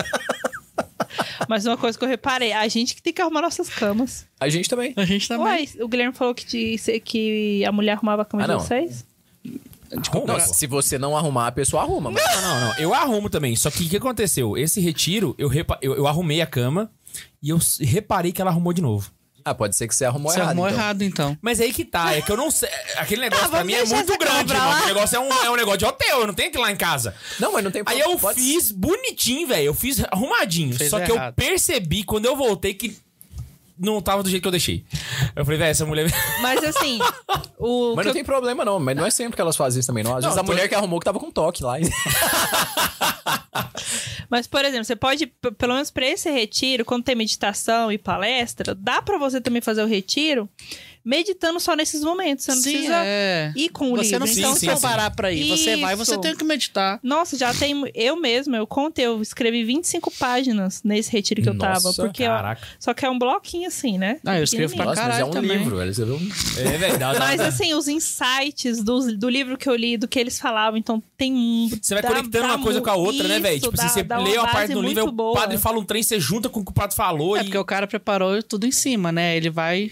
Mas uma coisa que eu reparei, a gente que tem que arrumar nossas camas. A gente também. A gente também. Ué, o Guilherme falou que, te- que a mulher arrumava a cama Ah, de não. vocês? Não, se você não arrumar, a pessoa arruma. Mas... Não, não, não. Eu arrumo também. Só que o que aconteceu? Esse retiro, eu, repa... eu, eu arrumei a cama e eu s- reparei que ela arrumou de novo. Ah, pode ser que você arrumou Você errado. arrumou então. errado, então. Mas aí que tá, é que eu não sei. Aquele negócio Tá, pra vamos mim é deixar muito essa cama grande, pra irmão. lá. Aquele negócio é um, é um negócio de hotel, eu não tenho que ir lá em casa. Não, mas não tem Aí problema. eu Pode- fiz bonitinho, velho. Eu fiz arrumadinho. Fez só que errado. eu percebi quando eu voltei que não tava do jeito que eu deixei. Eu falei, velho, essa mulher. Mas assim, o Mas que não eu- tem problema, não. Mas não é sempre que elas fazem isso também, não. Às Não, vezes a tô- mulher que arrumou que tava com toque lá. Mas, por exemplo, você pode, p- pelo menos pra esse retiro, quando tem meditação e palestra, dá pra você também fazer o retiro meditando só nesses momentos. Você não Sim, precisa é. ir com o Você livro. não precisa Então, se sim, sim. preparar pra ir. Você vai, você Isso. tem que meditar. Nossa, já tem. Eu mesma, eu contei, eu escrevi vinte e cinco páginas nesse retiro que eu tava. Nossa, Porque eu- caraca. só que é um bloquinho assim, né? Ah, eu escrevo pra Pequenininho. Nossa, mas é um caralho também. livro. Ela escreveu um... É, velho. dá- dá- Mas dá- assim, os insights do, do livro que eu li, do que eles falavam, então tem um. Você vai dá- conectando dá uma coisa mu- com a outra, né, velho? isso, Tipo, dá- se você dá lê uma base parte do livro, muito o boa. padre fala um trem, você junta com o que o padre falou É e. porque o cara preparou tudo em cima, né? Ele vai...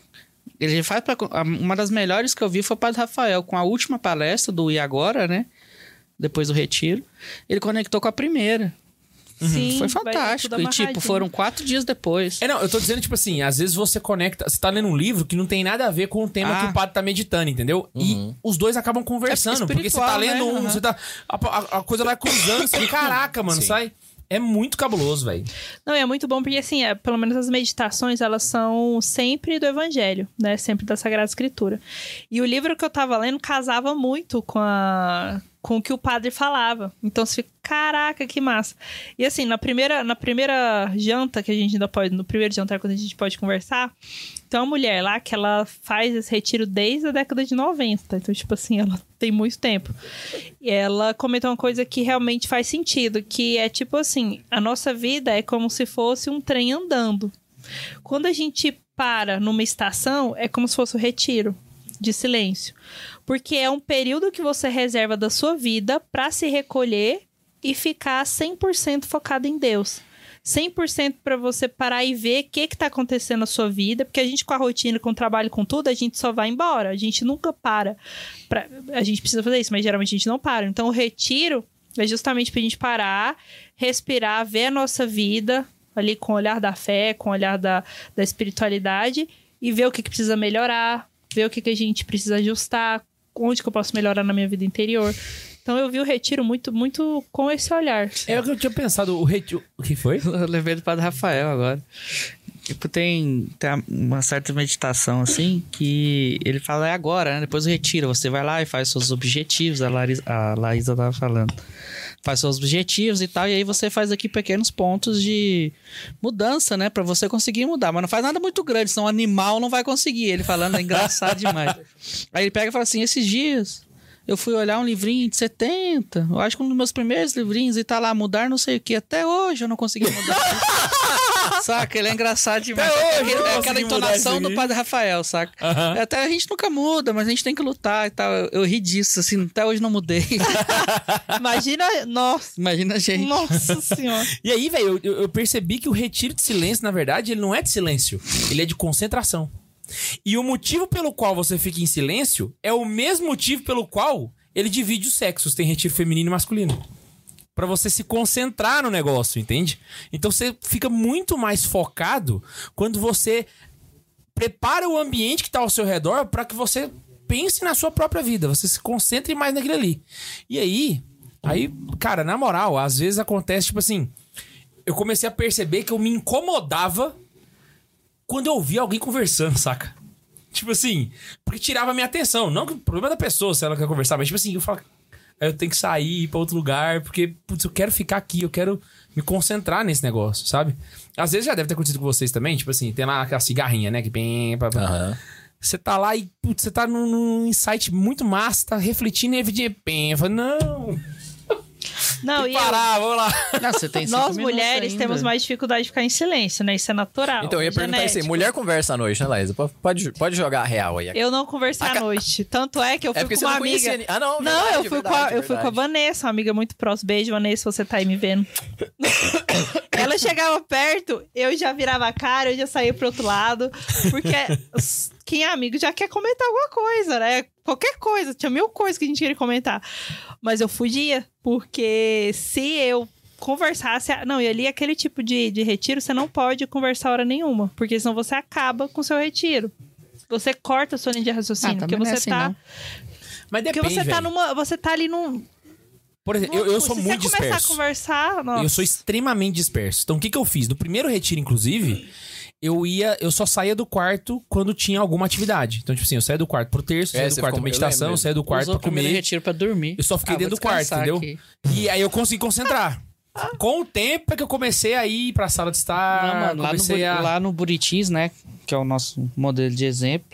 Ele faz pra... Uma das melhores que eu vi foi o Padre Rafael, com a última palestra do E Agora, né? Depois do retiro. Ele conectou com a primeira. Sim, Foi vai fantástico. tudo E, tipo, amarradinho. foram quatro dias depois. É, não, eu tô dizendo, tipo assim, às vezes você conecta. Você tá lendo um livro que não tem nada a ver com o tema Ah. que o padre tá meditando, entendeu? E os dois acabam conversando. É porque você tá espiritual, lendo né? um, Aham. você tá. A, a- a coisa vai cruzando, assim, caraca, mano, Sim. sai. É muito cabuloso, velho. Não, é muito bom porque, assim, é, pelo menos as meditações, elas são sempre do Evangelho, né? Sempre da Sagrada Escritura. E o livro que eu tava lendo casava muito com a... com o que o padre falava. Então você fica, caraca, que massa. E assim, na primeira, na primeira janta que a gente ainda pode... No primeiro jantar, quando a gente pode conversar, tem uma mulher lá que ela faz esse retiro desde a década de noventa. Então, tipo assim, ela tem muito tempo. E ela comentou uma coisa que realmente faz sentido, que é tipo assim, a nossa vida é como se fosse um trem andando. Quando a gente para numa estação, é como se fosse o retiro de silêncio. Porque é um período que você reserva da sua vida para se recolher e ficar cem por cento focado em Deus. cem por cento para você parar e ver o que está acontecendo na sua vida, porque a gente com a rotina, com o trabalho, com tudo, a gente só vai embora. A gente nunca para. Pra... A gente precisa fazer isso, mas geralmente a gente não para. Então o retiro é justamente para a gente parar, respirar, ver a nossa vida ali com o olhar da fé, com o olhar da, da espiritualidade e ver o que, que precisa melhorar, ver o que, que a gente precisa ajustar, onde que eu posso melhorar na minha vida interior. Então eu vi o retiro muito, muito com esse olhar. É o que eu tinha pensado, o retiro. O que foi? Eu lembrei do Padre Rafael agora. Tipo, tem, tem uma certa meditação, assim, que ele fala, é agora, né? Depois do retiro, você vai lá e faz seus objetivos, a, Larisa, a Laísa tava falando. Faz seus objetivos e tal, e aí você faz aqui pequenos pontos de mudança, né? Pra você conseguir mudar. Mas não faz nada muito grande, senão o animal não vai conseguir. Ele falando, é engraçado demais. Aí ele pega e fala assim, esses dias... Eu fui olhar um livrinho de setenta, eu acho que um dos meus primeiros livrinhos, e tá lá, mudar não sei o que. Até hoje eu não consegui mudar. Saca? Ele é engraçado demais. Até É hoje eu aquele- não é aquela consegui mudar entonação isso do aqui. Padre Rafael, saca? Aham. Até a gente nunca muda, mas a gente tem que lutar e tal. Eu, eu ri disso, assim, até hoje não mudei. Imagina, nossa, Imagina a gente. nossa senhora. E aí, velho, eu, eu percebi que o retiro de silêncio, na verdade, ele não é de silêncio. Ele é de concentração. E o motivo pelo qual você fica em silêncio é o mesmo motivo pelo qual ele divide os sexos. Tem retiro feminino e masculino. Pra você se concentrar no negócio, entende? Então você fica muito mais focado quando você prepara o ambiente que tá ao seu redor pra que você pense na sua própria vida. Você se concentre mais naquilo ali. E aí, aí, cara, na moral, às vezes acontece, tipo assim... Eu comecei a perceber que eu me incomodava quando eu ouvia alguém conversando, saca? Tipo assim, porque tirava a minha atenção. Não que o problema é da pessoa, se ela quer conversar, mas tipo assim, eu falo... Aí eu tenho que sair, ir pra outro lugar, porque, putz, eu quero ficar aqui, eu quero me concentrar nesse negócio, sabe? Às vezes já deve ter acontecido com vocês também, tipo assim, tem lá aquela cigarrinha, né? Que bem... Pá, pá. Aham. Você tá lá e, putz, você tá num, num insight muito massa, tá refletindo e de repente, eu falo, não... Não, Tem e que parar, vamos lá. Não, você tem cinco nós minutos mulheres ainda. temos mais dificuldade de ficar em silêncio, né? Isso é natural. Então, eu ia perguntar assim, genético. mulher conversa à noite, né, Laísa? Pode, pode jogar a real aí. Eu não conversei A à ca- noite. Tanto é que eu fui É porque com você uma não conhecia amiga. ni- Ah, não, Não, verdade, eu, fui, com a, verdade, eu fui com a verdade. Vanessa, uma amiga muito próxima. Beijo, Vanessa, se você tá aí me vendo. Ela chegava perto, eu já virava a cara, eu já saía pro outro lado. Porque s- quem é amigo já quer comentar alguma coisa, né? Qualquer coisa. Tinha mil coisas que a gente queria comentar. Mas eu fugia, porque se eu conversasse... Não, e ali aquele tipo de, de retiro, você não pode conversar hora nenhuma. Porque senão você acaba com o seu retiro. Você corta a sua linha de raciocínio. Ah, porque também não você é assim, tá... não. Mas Porque depende, você tá velho. numa... Você tá ali num... Por exemplo, eu, eu sou se muito você começar disperso. a conversar... Nossa. Eu sou extremamente disperso. Então, o que que eu fiz? No primeiro retiro, inclusive, eu ia... Eu só saía do quarto quando tinha alguma atividade. Então, tipo assim, eu saía do quarto pro terço, É, saía do você quarto pra ficou- eu meditação, lembro. saía do quarto Usou pra o primeiro comer. retiro pra dormir. Eu só fiquei Ah, dentro vou do quarto, descansar entendeu? aqui. E aí eu consegui concentrar. Com o tempo é que eu comecei a ir pra sala de estar. Não, mano, lá, no, comecei Buri- a... lá no Buritis, né? Que é o nosso modelo de exemplo.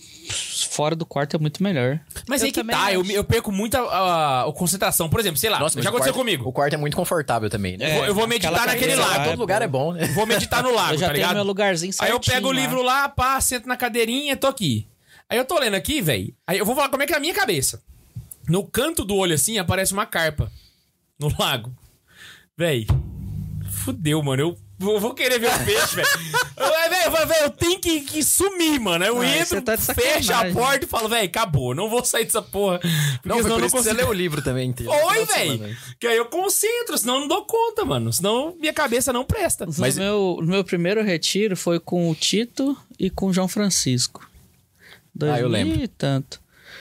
Fora do quarto é muito melhor. Mas Eu aí que também tá, eu, acho. eu perco muita a, a concentração. Por exemplo, sei lá, Nossa, mas já o aconteceu quarto- comigo. O quarto é muito confortável também, né? Eu vou- eu vou meditar aquela naquele cadeira lago. lá, Todo lugar é bom, né? Vou meditar no lago, Eu já tá tenho ligado? meu lugarzinho Aí certinho eu pego o lá. livro lá, pá, sento na cadeirinha, tô aqui. Aí eu tô lendo aqui, velho. Aí eu vou falar como é que é a minha cabeça. No canto do olho, assim, aparece uma carpa. No lago. Véi. Fudeu, mano. Eu vou, vou querer ver o peixe, velho. Eu- é, velho, eu, falo, velho, eu tenho que, que sumir, mano. Eu Ah, entro, você tá de fecho a sacanagem. porta e falo, velho, acabou. Não vou sair dessa porra. Porque Não, foi senão por eu não isso que você consigo. leu o livro também inteiro. Oi, Final de semana, velho. né? Que aí eu concentro, senão eu não dou conta, mano. Senão minha cabeça não presta. Mas- No, meu, no meu primeiro retiro foi com o Tito e com o João Francisco. Dois Ah, eu mil lembro. E tanto.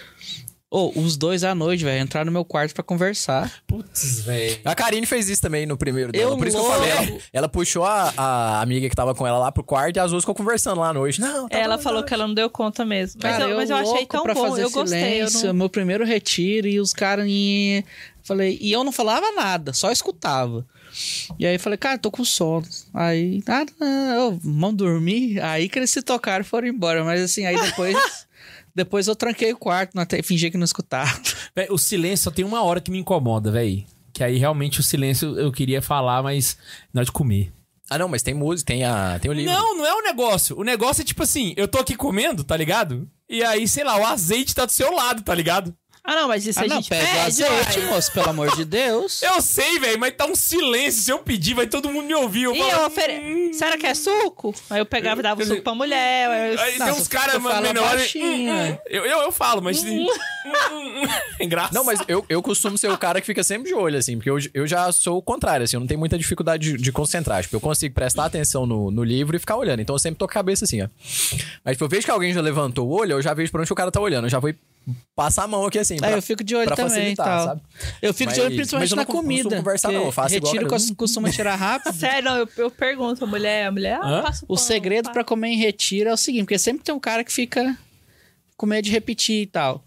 Ô, os dois à noite, velho, entraram no meu quarto pra conversar. Putz, velho. A Karine fez isso também no primeiro dela. Eu Por isso que eu louco. falei. Ela, ela puxou a, a amiga que tava com ela lá pro quarto e as duas ficou conversando lá à noite. Não, tá Ela bom, falou não. que ela não deu conta mesmo. Mas, Cara, eu, mas eu achei louco tão pra bom, fazer eu gostei. Eu silêncio, não... meu primeiro retiro e os caras... em- Falei, e eu não falava nada, só escutava. E aí falei, cara, tô com sono. Aí, ah, não, vamos dormir. Aí que eles se tocaram e foram embora. Mas assim, aí depois... depois eu tranquei o quarto, não até fingi que não escutava. Véi, o silêncio só tem uma hora que me incomoda, velho. Que aí realmente o silêncio eu queria falar, mas na hora de comer. Ah, não, mas tem música, tem, a, tem o livro. Não, não é o negócio. O negócio é tipo assim, eu tô aqui comendo, tá ligado? E aí, sei lá, o azeite tá do seu lado, tá ligado? Ah, não, mas isso Ah, a não, gente pede o pede, azeite, uai. moço, pelo amor de Deus. Eu sei, velho, mas tá um silêncio. Se eu pedir, vai todo mundo me ouvir. Eu E falo, eu ofere... Será que é suco? Aí eu pegava e dava Quer o suco dizer, pra mulher. Eu... Aí Não, tem tu- uns caras tu fala menores. baixinho, é. Eu, eu, eu falo, mas. hum, hum, hum, é engraçado. Não, mas eu, eu costumo ser o cara que fica sempre de olho, assim, porque eu, eu já sou o contrário, assim, eu não tenho muita dificuldade de, de concentrar. Tipo, eu consigo prestar atenção no, no livro e ficar olhando. Então eu sempre tô com a cabeça assim, ó. Mas tipo, eu vejo que alguém já levantou o olho, eu já vejo pra onde o cara tá olhando. Eu já vou passar a mão aqui assim. Aí pra- eu fico de olho pra também e facilitar, tal. sabe? Eu fico de Mas- olho principalmente mas eu na não costumo comida. conversar, porque não, eu faço igual retiro cara. cos- costuma tirar rápido. Sério, não, eu, eu pergunto a mulher, a mulher, ah, Hã? passa O pão, segredo passa. pra comer em retiro é o seguinte, porque sempre tem um cara que fica com medo de repetir e tal.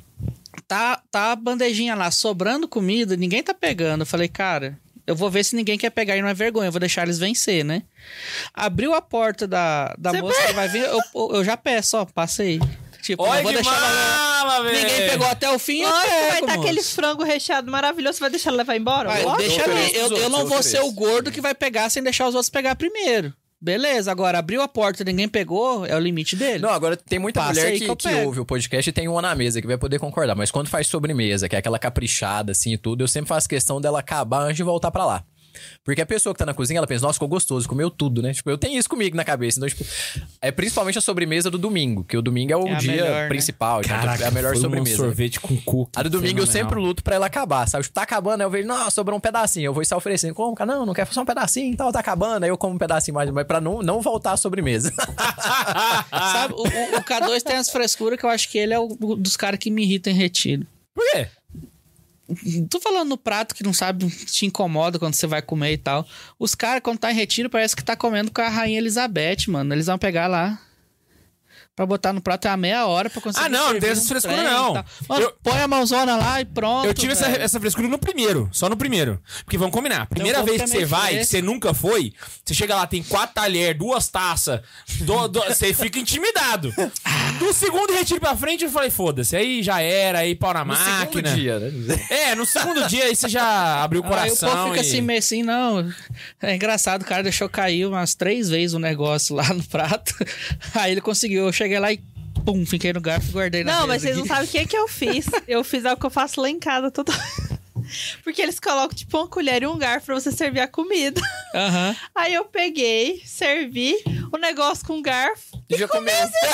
Tá, tá a bandejinha lá, sobrando comida, ninguém tá pegando. Eu falei, cara, eu vou ver se ninguém quer pegar e não é vergonha, eu vou deixar eles vencer, né? Abriu a porta da, da moça que vai vir, eu, eu já peço, ó, passa aí. Tipo, Olha não vou que deixar ela... mala, velho. Ninguém pegou até o fim, eu Olha, pego, vai estar moço. aquele frango recheado maravilhoso, você vai deixar ela levar embora? Vai, Lógico. deixa eu ali. ofereço Eu, os eu não outros, vou eu ser o ofereço. gordo que vai pegar sem deixar os outros pegar primeiro. Beleza, agora abriu a porta e ninguém pegou, é o limite dele. Não, agora tem muita Passa mulher aí que, que eu que pego. ouve o podcast e tem uma na mesa que vai poder concordar. Mas quando faz sobremesa, que é aquela caprichada assim e tudo, eu sempre faço questão dela acabar antes de voltar pra lá. Porque a pessoa que tá na cozinha, ela pensa, nossa, ficou gostoso, comeu tudo, né? Tipo, eu tenho isso comigo na cabeça. Então, tipo, é principalmente a sobremesa do domingo, que o domingo é o É a dia melhor, né? principal. Então, Caraca, é a melhor foi sobremesa. um sorvete com cookie. A do domingo eu fenomenal. sempre luto pra ela acabar, sabe? Tipo, tá acabando, aí eu vejo, nossa, sobrou um pedacinho. Eu vou estar oferecendo, como? Cara, não, não quer só um pedacinho, então tá acabando. Aí eu como um pedacinho mais, mas pra não, não voltar a sobremesa. Sabe, o, o, o K dois tem as frescuras que eu acho que ele é o o dos caras que me irritam em retiro. Por quê? Tô falando no prato que não sabe, te incomoda quando você vai comer e tal. Os caras, quando tá em retiro, parece que tá comendo com a Rainha Elizabeth, mano. Eles vão pegar lá pra botar no prato é a meia hora pra conseguir. Ah, não, não tem servir essa um frescura, trem e não. tal. Mano, Eu- põe a mãozona lá e pronto. Eu tive essa, velho. essa frescura no primeiro, só no primeiro. Porque vamos combinar. Primeira Então, o vez povo que quer você vai, mexer. que você nunca foi, você chega lá, tem quatro talheres, duas taças, do- do- você fica intimidado. Do segundo retiro pra frente, eu falei, foda-se, aí já era, aí pau na No máquina. segundo dia, né? É, no segundo dia aí você já abriu o Aí o coração. povo fica e... assim, meio assim, não. É engraçado, o cara deixou cair umas três vezes o negócio lá no prato. Aí ele conseguiu. Eu cheguei lá e pum, fiquei no garfo e guardei na Não, mesa mas vocês aqui. não sabem o que, que eu fiz. Eu fiz algo que eu faço lá em casa toda. Porque eles colocam, tipo, uma colher e um garfo pra você servir a comida. Aham. Aí eu peguei, servi o negócio com garfo. Já comeu.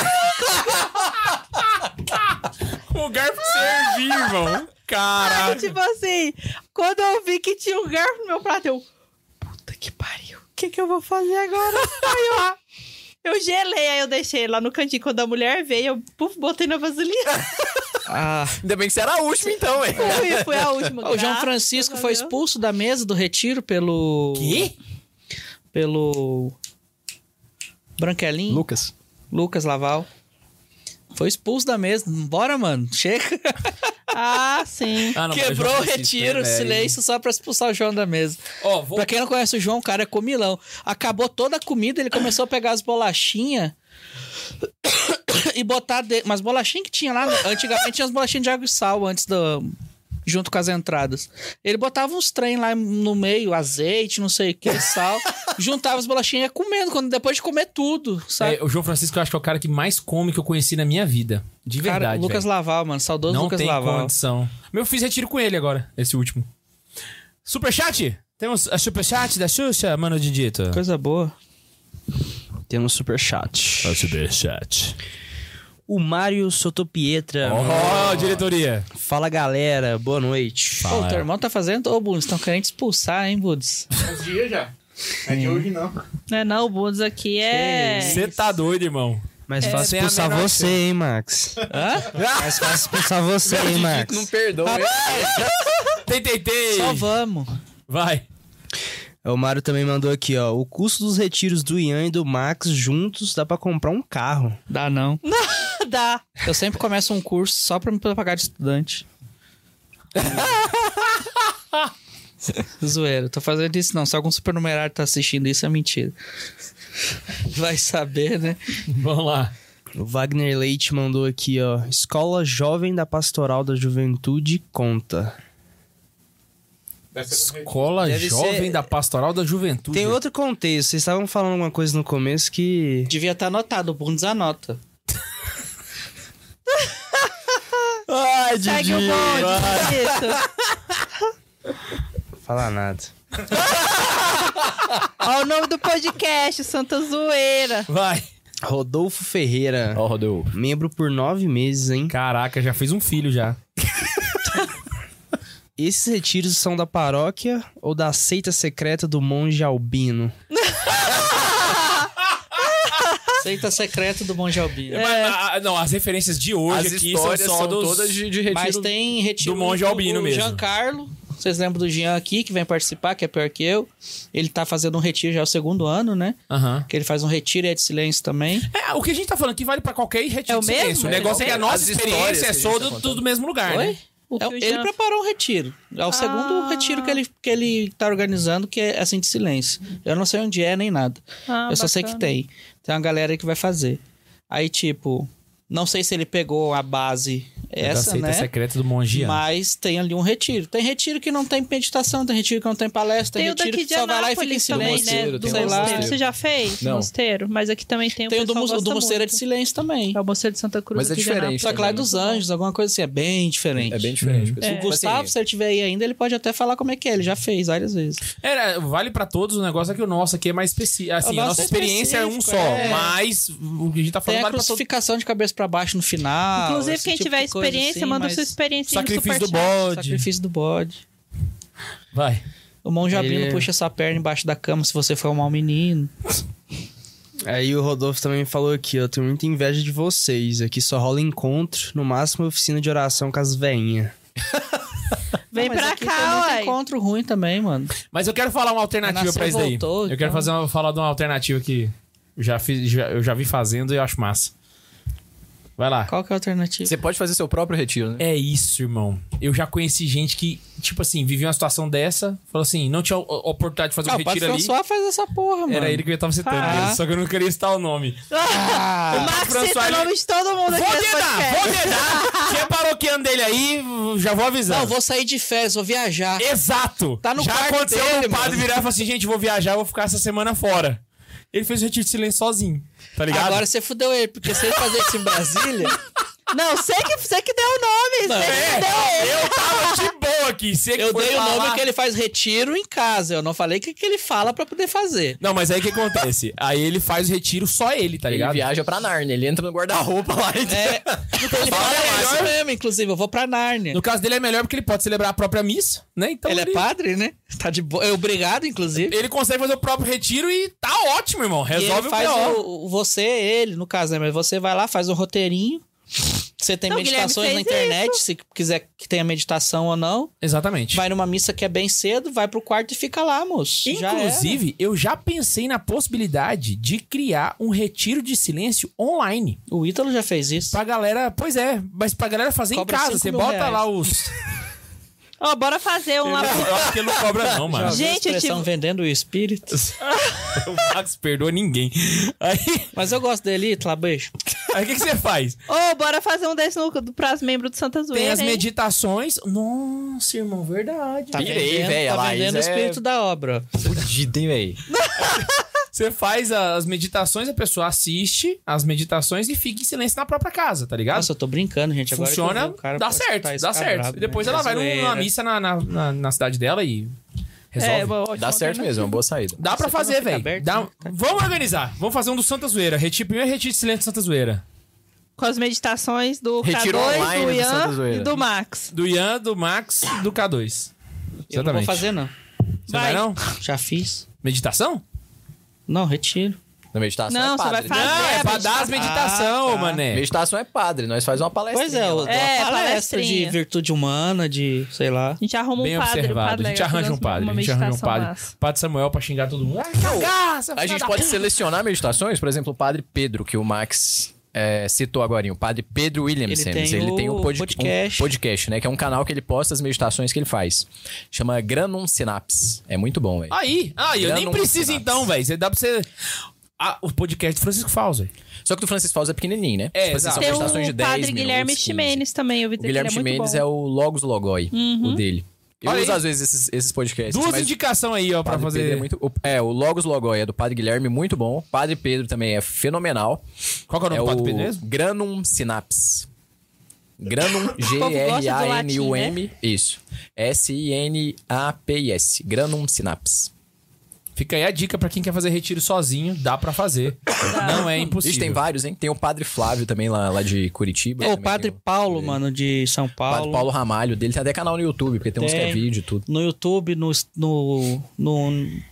O garfo servir, irmão. Aí, Caralho. tipo assim, quando eu vi que tinha um garfo no meu prato, eu... Puta que pariu. O que que eu vou fazer agora? Aí eu, eu gelei, aí eu deixei lá no cantinho. Quando a mulher veio, eu puf, botei na vasilina. Ah, Ainda bem que você era a última, então, velho. Fui, fui a última. o João graças Francisco a foi Deus. expulso da mesa do retiro pelo... Quê? Pelo... Branquelinho. Lucas. Lucas Laval. Foi expulso da mesa. Bora, mano. Chega. Ah, sim. Ah, não, mas Quebrou João o Francisco, retiro, né, velho? silêncio só pra expulsar o João da mesa. Ó, vou... Pra quem não conhece o João, o cara é comilão. Acabou toda a comida, ele começou a pegar as bolachinhas e botar... De... Mas bolachinhas que tinha lá... Antigamente tinha as bolachinhas de água e sal antes do... Junto com as entradas. Ele botava uns trem lá no meio, azeite, não sei o que, sal. Juntava as bolachinhas e ia comendo, quando, depois de comer tudo, sabe? É, o João Francisco eu acho que é o cara que mais come que eu conheci na minha vida. De Cara, verdade, o Lucas velho. Laval, mano. Saudoso Não Lucas tem Laval. condição. Meu, fiz retiro com ele agora, esse último. Superchat? Temos a superchat da Xuxa, mano Didito? Coisa boa. Temos superchat. O superchat. O Mário Sotopietra. Ó, oh, diretoria. Fala, galera. Boa noite. Ô, Fala. teu irmão tá fazendo... Ô, Budes, estão querendo expulsar, hein, Budes? Uns dias já. É de hoje não. Não é não, o Bundes aqui é... Você tá doido, irmão. Mais É, fácil sem a expulsar menor você, hein, Max? Hã? Mais fácil expulsar você, hein, Max? Não perdoa, hein? Tem, tem, tem. Só vamos. Vai. O Mário também mandou aqui, ó. O custo dos retiros do Ian e do Max juntos dá pra comprar um carro. Dá não. Dá. Eu sempre começo um curso só pra me pagar de estudante. Zoeira. Tô fazendo isso não. Se algum supernumerário tá assistindo isso, é mentira. Vai saber, né? Vamos lá. O Wagner Leite mandou aqui, ó. Escola Jovem da Pastoral da Juventude conta. Deve ser com Escola Deve Jovem ser- da Pastoral da Juventude. Tem outro contexto. Vocês estavam falando alguma coisa no começo que... Devia estar anotado. O Bundes anota. Ai, Segue o bonde, isso. Falar nada. Olha o nome do podcast, Santa Zoeira. Vai. Rodolfo Ferreira. Ó, Rodolfo. Membro por nove meses, hein? Caraca, já fez um filho já. Esses retiros são da paróquia ou da seita secreta do monge albino? Seita secreta do Monge Albino. Mas, ah, não, as referências de hoje As aqui histórias são só são dos... todas de, de retiro. Mas tem retiro do Monge Albino o mesmo. Giancarlo, vocês lembram do Jean aqui, que vem participar, que é pior que eu. Ele tá fazendo um retiro já é o segundo ano, né? Aham. Que ele faz um retiro e é de silêncio também. É, o que a gente tá falando aqui vale pra qualquer retiro É o de mesmo? silêncio. O É, negócio é que a as nossa histórias experiência que é a gente só tá do, contando. do mesmo lugar, Oi? né? O que É, o ele Jean- preparou um retiro. É o segundo Ah. retiro que ele, que ele tá organizando, que é assim de silêncio. Eu não sei onde é nem nada. Ah, eu só sei que bacana. tem. Tem uma galera aí que vai fazer. Aí, tipo, não sei se ele pegou a base É da essa, seita né? secreta do monge Ian. Mas tem ali um retiro. Tem retiro que não tem meditação, tem retiro que não tem palestra, tem, Tem o retiro daqui que de só vai lá e fica em Anápolis também, silêncio. né? mosteiro, Do tem sei um lá. mosteiro. Você já fez? Não. Mosteiro? Mas aqui também tem o Tem o do, pessoal mus- o do gosta mosteiro é muito. de silêncio também. É o mosteiro de Santa Cruz Mas é aqui de diferente, Anápolis Só que lá é também. dos anjos, alguma coisa assim, é bem diferente. É bem diferente. Uhum. pessoal. O Tipo Gustavo, assim, se ele tiver aí ainda, ele pode até falar como é que é. Ele já fez várias vezes. Era, vale pra todos, o negócio é que o nosso aqui é mais específico. Assim, O a nosso nossa é experiência é um só, específico, é. mas o que a gente tá Tem falando a vale pra todos. crucificação de cabeça pra baixo no final. Inclusive, esse quem tipo tiver de coisa experiência, assim, manda mas- sua experiência Sacrifício no do superchat. bode. Sacrifício do bode. Vai. O monjabino Ele- puxa essa perna embaixo da cama se você for um mau menino. Aí o Rodolfo também falou aqui, ó, eu tenho muita inveja de vocês. Aqui só rola encontro, no máximo oficina de oração com as veinhas. Vem Mas pra aqui tem cá, muito uai. encontro ruim também, mano. Mas eu quero falar uma alternativa Nasceu, pra isso daí. voltou, eu quero então. fazer uma, falar de uma alternativa que eu já, fiz, já, eu já vi fazendo e eu acho massa. Vai lá. Qual que é a alternativa? Você pode fazer seu próprio retiro, né? É isso, irmão. Eu já conheci gente que, tipo assim, vivia uma situação dessa, falou assim, não tinha o- oportunidade de fazer um Ah, o Padre retiro ali. François faz essa porra, mano. Era ele que eu tava citando, Ah. só que eu não queria citar o nome. Ah, O Max François, cita o ele- nome de todo mundo Vou aqui nesse dedar, podcast. vou dedar. Quem é paroquiano dele aí, já vou avisar. não, vou sair de férias, vou viajar. Exato! Tá no Já quarto aconteceu dele, o padre mano. virar e falar assim, gente, vou viajar, vou ficar essa semana fora. Ele fez o retiro de silêncio sozinho, tá ligado? Agora você fudeu ele, porque se ele fazer isso em Brasília... Não, você que, você que deu o nome. Não, Você É, que deu ele. eu tava de boa aqui. Você que Eu foi dei o falar- nome que ele faz retiro em casa. Eu não falei o que, que ele fala pra poder fazer. Não, mas aí o que acontece? Aí ele faz o retiro só ele, tá Ele ligado? viaja pra Nárnia, ele entra no guarda-roupa lá e... É, ele fala é isso melhor. mesmo, inclusive. Eu vou pra Nárnia. No caso dele é melhor porque ele pode celebrar a própria missa, né? Então ele é padre, né? Tá de boa. É obrigado, inclusive. ele consegue fazer o próprio retiro e tá ótimo, irmão. E ele Resolve o faz P O. o, o- você, ele, no caso, né? Mas você vai lá, faz um roteirinho. Você tem Não, o Guilherme meditações na fez internet, se quiser que tenha meditação ou não. Exatamente. Vai numa missa que é bem cedo, vai pro quarto e fica lá, moço. Já era. Inclusive, eu já pensei na possibilidade de criar um retiro de silêncio online. O Ítalo já fez isso. Pra galera, pois é, mas pra galera fazer Cobra em casa. cinco Você mil bota reais. lá os. Ó, bora fazer um lá. Eu acho que ele não cobra, não, mano. Já viu a Gente, eu expressão tive- vendendo o espírito. O Max perdoa ninguém. Aí, Mas eu gosto dele, Ítalo, beijo. aí o que, que você faz? Ô, bora fazer um desse no, pras membros do Santa Zoeira, Tem as hein? meditações. Nossa, irmão, verdade. Tá Pirei, vendendo, véi, a tá Laís vendendo o é- espírito da obra. Fudido, hein, véi? Você faz as meditações, a pessoa assiste as meditações e fica em silêncio na própria casa, tá ligado? Nossa, eu tô brincando, gente. Agora que eu Funciona, vi, o cara dá pode certo, escutar isso, dá ficar certo. bravo, E depois né? ela É vai numa zoeira. missa na, na, na, na cidade dela e resolve. É, uma ótima Dá certo mesmo, é uma boa saída. Dá pra Você fazer, não fica velho. aberto, Dá- né? Tá. Vamos organizar. Vamos fazer um do Santa Zoeira. Retiro, primeiro retiro de silêncio do Santa Zoeira. Com as meditações do Retiro K dois, online do do Santa Ian Zoeira. e do Max. Do Ian, do Max e do K dois. Eu não vou Exatamente. fazer, não. Você vai, Vai. não? Já fiz. Meditação? Não, retiro. Na meditação Não, é você padre. vai fazer. Não, é a pra dar as meditação, Ah, tá. mané. Meditação é padre, nós faz uma palestra. Pois é, eu dou É, uma palestra de palestrinha. virtude humana, de, sei lá. A gente arruma Bem um padre. observado. padre A gente legal, arranja um fazendo padre. uma A gente arranja um meditação padre. massa. Padre Samuel pra xingar todo mundo. Ai, cagaça, A filha gente da pode puta. selecionar meditações, por exemplo, o Padre Pedro, que o Max é, citou agora, o Padre Pedro Williamson. Ele tem ele o tem um, pod- podcast. um podcast, né? Que é um canal que ele posta as meditações que ele faz. Chama Granum Synapse. É muito bom, velho. Aí, aí, eu nem Granum preciso Synapse. então, velho. Você dá pra você. Ah, o podcast do Francisco Fausto, velho. Só que o do Francisco Fausto é pequenininho, né? É, assim, exato. são Tem meditações de o dez padre minutos, Guilherme quinze. Ximenes também. Eu vi O Guilherme que ele é muito Ximenes bom. é o Logos Logoi, o dele. Eu Olha uso aí. às vezes esses, esses podcasts. Duas mas indicações aí, ó, o pra Padre fazer. Pedro é muito... o- É, o Logos Logoi é do Padre Guilherme, muito bom. Padre Pedro também é fenomenal. Qual que é o nome É do padre o Pedro mesmo? Granum Synapse. Granum, G povo R gosta A do N U M, latim, isso. S I N A P I S. Granum Synapse. Fica aí a dica pra quem quer fazer retiro sozinho, dá pra fazer. Não é impossível. Ixi, tem vários, hein? Tem o Padre Flávio também lá, lá de Curitiba. Ô, o também Padre tem Paulo, mano, de São o Paulo. Padre Paulo Ramalho dele. Tem até canal no YouTube, porque tem, uns que é Tem. vídeo e tudo. No YouTube, no, no, no...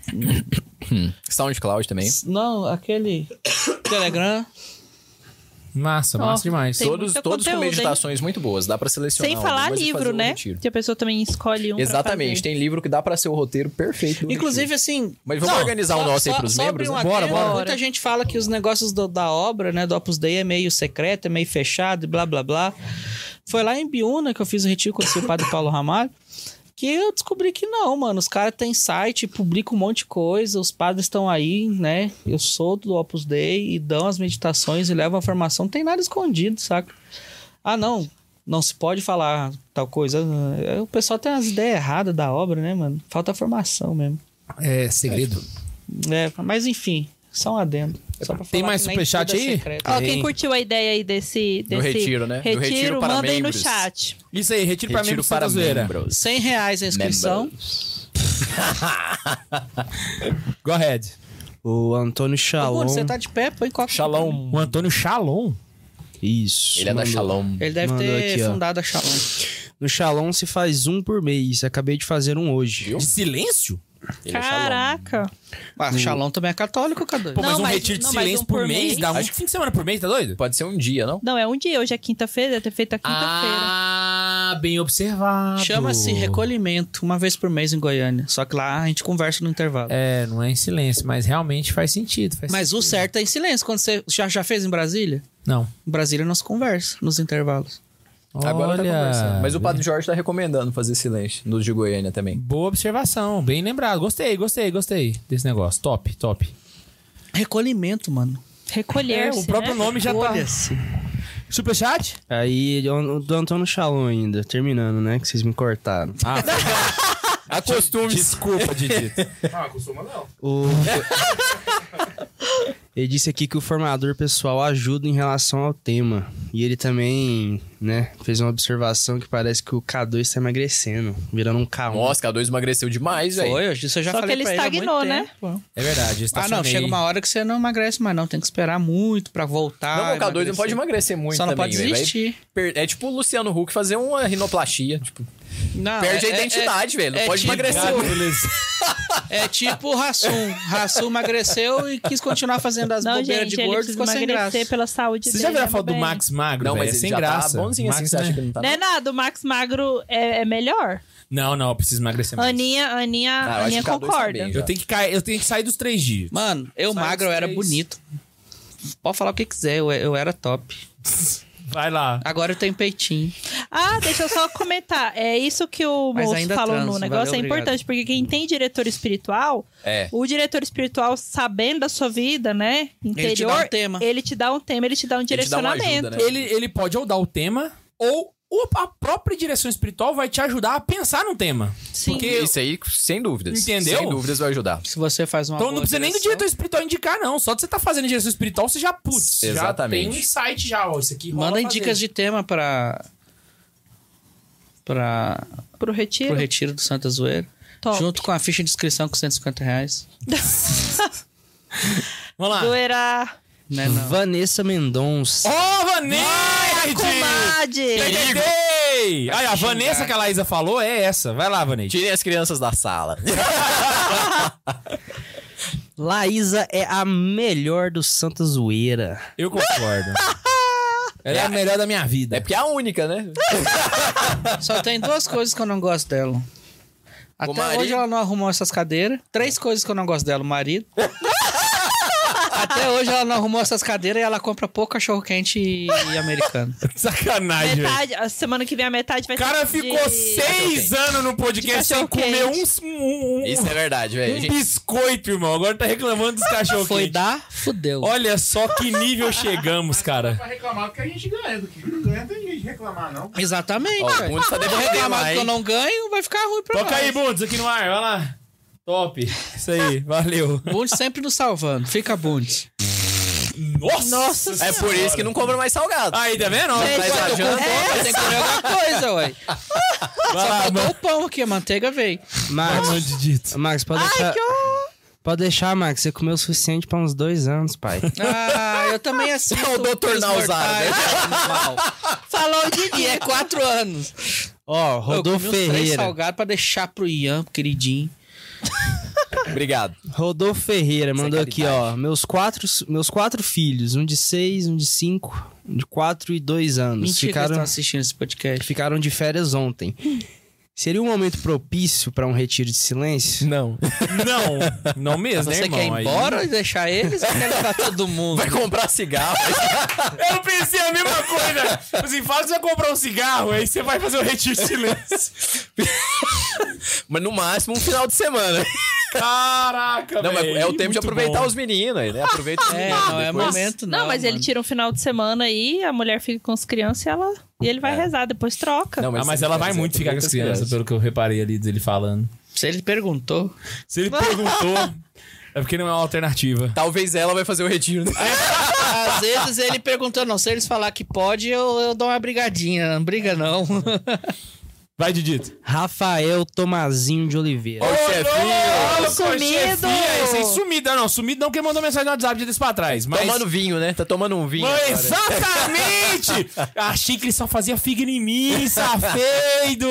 SoundCloud também. Não, aquele... Telegram. Massa, Ó, massa demais. tem Todos, muito todos com conteúdo, hein? meditações muito boas. Dá pra selecionar Sem falar algumas e fazer livro, o né? retiro. Que a pessoa também escolhe um pra Exatamente. fazer. Tem livro que dá pra ser o roteiro perfeito. do Inclusive, retiro. assim... Mas vamos Não, organizar só- o nosso aí só- pros só membros? abrir um né? Bora, adendo. bora. Muita gente fala que os negócios do- da obra, né, do Opus Dei é meio secreto, é meio fechado e blá, blá, blá. Foi lá em Biúna que eu fiz o retiro com o padre Paulo Ramalho, que eu descobri que não, mano. Os caras têm site, publicam um monte de coisa, os padres estão aí, né? Eu sou do Opus Dei e dão as meditações e levam a formação. Não tem nada escondido, saca? Ah, não. não se pode falar tal coisa. O pessoal tem umas ideias erradas da obra, né, mano? Falta formação mesmo. É segredo. É, mas enfim, só um adendo. Só pra Tem falar mais que nem superchat tudo é aí? secreto. Ó, Tem. quem curtiu a ideia aí desse, Do desse retiro, né? Do retiro, retiro para mandem no membros. chat. Isso aí, retiro, pra Retiro membros para Santa Zoeira. membros. cem reais a inscrição. Membros. Go ahead. O Antônio Ô, Shalom. Bruno, você tá de pé, põe coca. Shalom. O Antônio Shalom. Isso. Ele é da mandou. Shalom. Ele deve Mandou ter aqui, ó. fundado a Shalom. No Shalom se faz um por mês. Acabei de fazer um hoje. De silêncio? Ele é Shalom. Caraca. Ah, Shalom também é católico, cadê? Pô, Não, mas um mas- retiro de não, mas silêncio um por por mês mês. dá um Acho- fim de semana por mês, tá doido? Pode ser um dia, não? Não, é um dia. Hoje é quinta-feira, deve ter feito a quinta-feira. Ah, bem observado. Chama-se recolhimento, uma vez por mês em Goiânia. Só que lá a gente conversa no intervalo. É, não é em silêncio, mas realmente faz sentido. Faz Mas o sentido. certo é em silêncio. Quando você já, já fez em Brasília? Não. Em Brasília não se conversa nos intervalos. Agora tá Olha, conversando. Mas o Padre Jorge tá recomendando fazer silêncio nos de Goiânia também. boa observação, bem lembrado. Gostei, gostei, gostei desse negócio. Top, top. Recolhimento, mano. É, Recolher-se, o próprio né? nome já tá. Olha-se. Superchat? Aí, o do Antônio Shalom ainda. Terminando, né? Que vocês me cortaram. Ah, Acostume. desculpa, Didi. Ah, costuma não. O... Ele disse aqui que o formador pessoal ajuda em relação ao tema. E ele também, né, fez uma observação que parece que o K dois tá emagrecendo, virando um K um. Nossa, K dois emagreceu demais, velho. Foi, isso eu já Só que falei ele pra ele há muito estagnou, né? tempo. É verdade, Ah, não, estacionei. chega uma hora que você não emagrece mais, não. Tem que esperar muito pra voltar. Não, o K dois não emagrecer. pode emagrecer muito Só não também, pode velho. Vai desistir. per- É tipo o Luciano Huck fazer uma rinoplastia. Tipo, Não, perde é- a é- identidade, velho. Não é pode tipo- emagrecer. Ah, beleza. É tipo o Rassum. Rassum emagreceu e quis continuar fazendo as Não, bobeiras gente, de ele gordo e precisa ficou sem graça. emagrecer pela saúde Você dele. já viu a né, foto do meu bem? Max Magro, Não, velho? mas É ele sem já graça. tá bonzinho assim, Max, você acha né? que ele não tá? Não é nada, o Max Magro é, é melhor. Não, não, eu preciso emagrecer mais. Aninha, Aninha, Ah, eu acho Aninha que o K dois concorda. também, Eu tenho, que cair, eu tenho que sair dos três dias. Mano, eu Sai magro, eu dos era três. bonito. Pode falar o que quiser, eu, eu era top. Vai lá. Agora eu tenho peitinho. Ah, deixa eu só comentar. É isso que o Mas moço ainda falou transo, no negócio. valeu, é importante, porque quem tem diretor espiritual, É. o diretor espiritual, sabendo da sua vida, né? Interior, Ele te dá um tema. ele te dá um tema, ele te dá um Ele te dá uma direcionamento. ajuda, né? Ele, ele pode ou dar o tema, ou ou a própria direção espiritual vai te ajudar a pensar no tema. Sim. Porque Isso aí, sem dúvidas. Entendeu? Sem dúvidas vai ajudar. Se você faz uma Então não boa precisa nem do direção- diretor espiritual indicar, não. Só de você estar tá fazendo direção espiritual, você já, putz, já Exatamente. tem um insight já, ó. Isso aqui rola Mandem fazer. dicas de tema pra... Pra... Pro retiro. Pro retiro do Santa Zoeira. Top. Junto com a ficha de inscrição com cento e cinquenta reais. Vamos lá. Doerá. Né, não. Vanessa Mendonça. Ó, Vanessa! Comadre! Peguei! Aí, a Vanessa que a Laísa falou é essa. Vai lá, Vanessa. Tirem as crianças da sala. Laísa é a melhor do Santa Zoeira. Eu concordo. Ela é a melhor da minha vida. É porque é a única, né? Só tem duas coisas que eu não gosto dela. Até marido. hoje ela não arrumou essas cadeiras. Três coisas que eu não gosto dela. O marido. Até hoje ela não arrumou essas cadeiras e ela compra pouco cachorro-quente e, e americano. Sacanagem, velho. Metade, a semana que vem a metade vai O cara ser ficou de... seis anos no podcast sem comer um, um, um, Isso é verdade, velho. um Gente, biscoito, irmão. Agora tá reclamando dos cachorros Foi quentes. dar, fudeu. Olha só que nível chegamos, cara. Pra reclamar do que a gente ganha. Do que não ganha, não tem jeito de reclamar, não. Exatamente. ó, o velho. mundo tá Vou devendo reclamar mais. que eu não ganho, vai ficar ruim pra Toca nós. aí, Bundes, aqui no ar. Vai lá. Top. Isso aí, valeu. Bundes sempre nos salvando. Fica Bundes. Nossa! Nossa É por isso que não compra mais salgado. Aí, tá vendo? Ó, Gente, tá eu tô com exagerando. Tem que comer alguma coisa, ué. Vai lá, Faltou mano. o pão aqui, a manteiga veio. Max, Dito. Max, pode deixar. Pode deixar, Max. Você comeu o suficiente pra uns dois anos, pai. Ah, eu também assisto. É o doutor Os Nausara, Mortais, né? Mal. Falou de E é quatro anos. Ó, Eu Rodolfo comi uns três Ferreira. salgados pra deixar pro Ian, queridinho. Obrigado. Rodolfo Ferreira mandou é aqui, caridade. ó. Meus quatro, meus quatro filhos, um de seis, um de cinco, um de quatro e dois anos. Mentira que eles ficaram, estão assistindo esse podcast. ficaram de férias ontem. Seria um momento propício pra um retiro de silêncio? Não. Não. Não mesmo, né, Você irmão? quer ir Aí- embora e deixar eles ou quer levar todo mundo? Vai comprar cigarro. Eu pensei a mesma coisa. Assim, fala que você vai comprar um cigarro, aí você vai fazer o retiro de silêncio. Mas no máximo um final de semana. Caraca, Não, mas véi, é o tempo de muito aproveitar bom. os meninos aí, né? Aproveita os É, meninos. não é depois- momento não. Não, mas ele mano. tira um final de semana aí, a mulher fica com as crianças e, ela, e ele vai rezar, depois troca. Não, Ah, mas se ela ele vai quiser, muito ficar com as aproveita crianças, pelo que eu reparei ali dele falando. Se ele perguntou. Se ele perguntou, é porque não é uma alternativa. Talvez ela vai fazer o retiro, né? Às vezes ele perguntou, não, se eles falar que pode, eu, eu dou uma brigadinha. Não briga, não. Vai, Didito. Rafael Tomazinho de Oliveira. Ó o chefinho. Sumido! Esse aí sumido, não. Sumido não, que mandou mensagem no WhatsApp dia desse pra trás. Mas... Tomando vinho, né? Tá tomando um vinho. Mas agora. exatamente! Achei que ele só fazia figure em mim, safeido!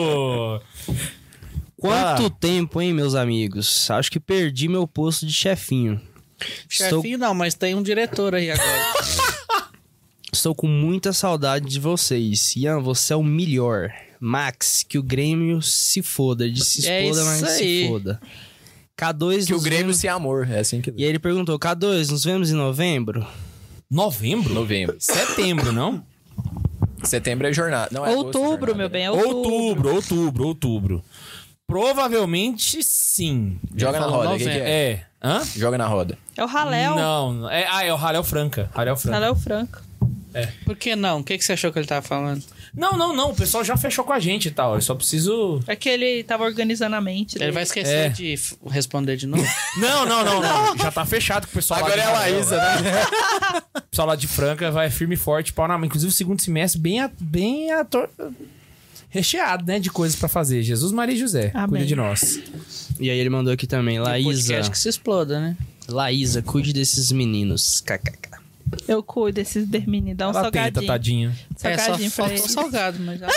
Quanto Ah. tempo, hein, meus amigos? Acho que perdi meu posto de chefinho. Estou, Chefinho não, mas tem um diretor aí agora. estou com muita saudade de vocês. Ian, você é o melhor. Max, que o Grêmio se foda. De se É exploda, isso mas aí. se foda. K dois Que o nos Grêmio vemos- se amor. É assim que... E aí ele perguntou, K dois, nos vemos em novembro? Novembro? Novembro. Setembro, não? Setembro é jornada. Não, é agosto, Outubro, jornada, meu né? bem, é outubro. Outubro, outubro, outubro. Provavelmente sim. Joga na falou roda. O que, que novembro. é? É. Hã? Joga na roda. É o Raléu. Não, é, ah, é o Raléu Franca. Raléu Franca. Raléu Franco. Por que não? O que, que você achou que ele tava falando? Não, não, não. O pessoal já fechou com a gente e tal. Eu só preciso. É que ele tava organizando a mente dele. Ele vai esquecer É. de f- responder de novo? Não, não, não, não. Já tá fechado com o pessoal. Agora é lá a de Laísa, Raléu. né? O pessoal lá de Franca vai firme e forte, pau na mão. Inclusive, o segundo semestre bem, a, bem ator... recheado, né? De coisas pra fazer. Jesus, Maria e José. Amém. Cuida de nós. E aí ele mandou aqui também, Laísa. Podcast que se exploda, né? Laísa, cuide desses meninos. K K K. Eu cuido desses meninos, dá um Ela tenta, salgadinho. tadinha. É, só Salgadinho pra faltou ele. salgado, mas... já-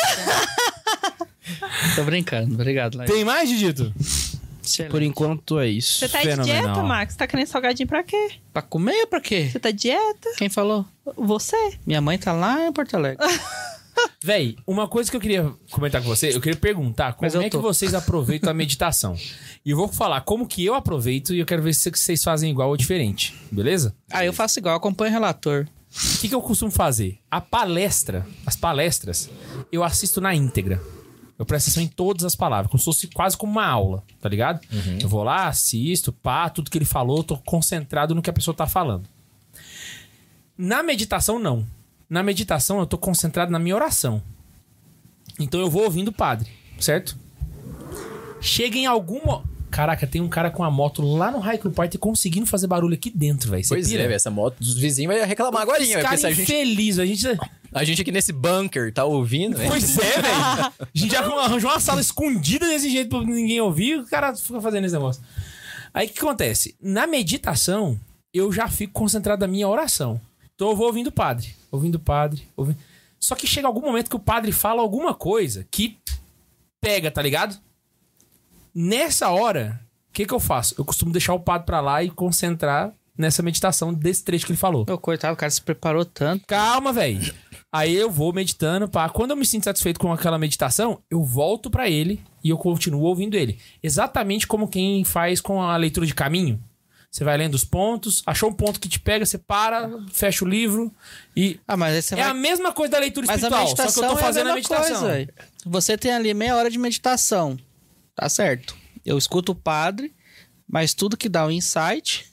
Tô brincando, obrigado, Laís. Tem mais, Didito? Excelente. Por enquanto é isso. Você tá de Fenomenal. dieta, Max? Tá querendo salgadinho pra quê? Pra comer ou pra quê? Você tá de dieta? Quem falou? Você? Minha mãe tá lá em Porto Alegre. Véi, uma coisa que eu queria comentar com você, eu queria perguntar como Mas eu é que tô. vocês aproveitam a meditação. E eu vou falar como que eu aproveito e eu quero ver se vocês fazem igual ou diferente, beleza? Ah, eu faço igual, acompanho o relator. O que, que eu costumo fazer? A palestra, as palestras, eu assisto na íntegra. Eu presto atenção em todas as palavras, como se fosse quase como uma aula, tá ligado? Eu vou lá, assisto, pá, tudo que ele falou, tô concentrado no que a pessoa tá falando. Na meditação, não. Na meditação, eu tô concentrado na minha oração. Então eu vou ouvindo o padre, certo? Chega em alguma... Caraca, tem um cara com a moto lá no Raio Party conseguindo fazer barulho aqui dentro, velho. Pois é, velho, essa moto dos vizinhos vai reclamar agora, Esse velho. cara Porque se a gente, infeliz, a gente... a gente aqui nesse bunker tá ouvindo, né? Pois é, velho. A gente já arranjou uma sala escondida desse jeito pra ninguém ouvir e o cara fica fazendo esse negócio. Aí o que acontece? Na meditação, eu já fico concentrado na minha oração. Então eu vou ouvindo o padre, ouvindo o padre, ouvindo... Só que chega algum momento que o padre fala alguma coisa que pega, tá ligado? Nessa hora, o que que eu faço? Eu costumo deixar o padre pra lá e concentrar nessa meditação desse trecho que ele falou. Meu coitado, o cara se preparou tanto. Calma, velho. Aí eu vou meditando, pá. Quando eu me sinto satisfeito com aquela meditação, eu volto pra ele e eu continuo ouvindo ele. Exatamente como quem faz com a leitura de caminho. Você vai lendo os pontos, achou um ponto que te pega, você para, fecha o livro e... Ah, mas aí você É vai... a mesma coisa da leitura Mas a espiritual, meditação só que eu tô fazendo é a, a mesma meditação. coisa, velho. Você tem ali meia hora de meditação. Tá certo. Eu escuto o padre, mas tudo que dá um insight...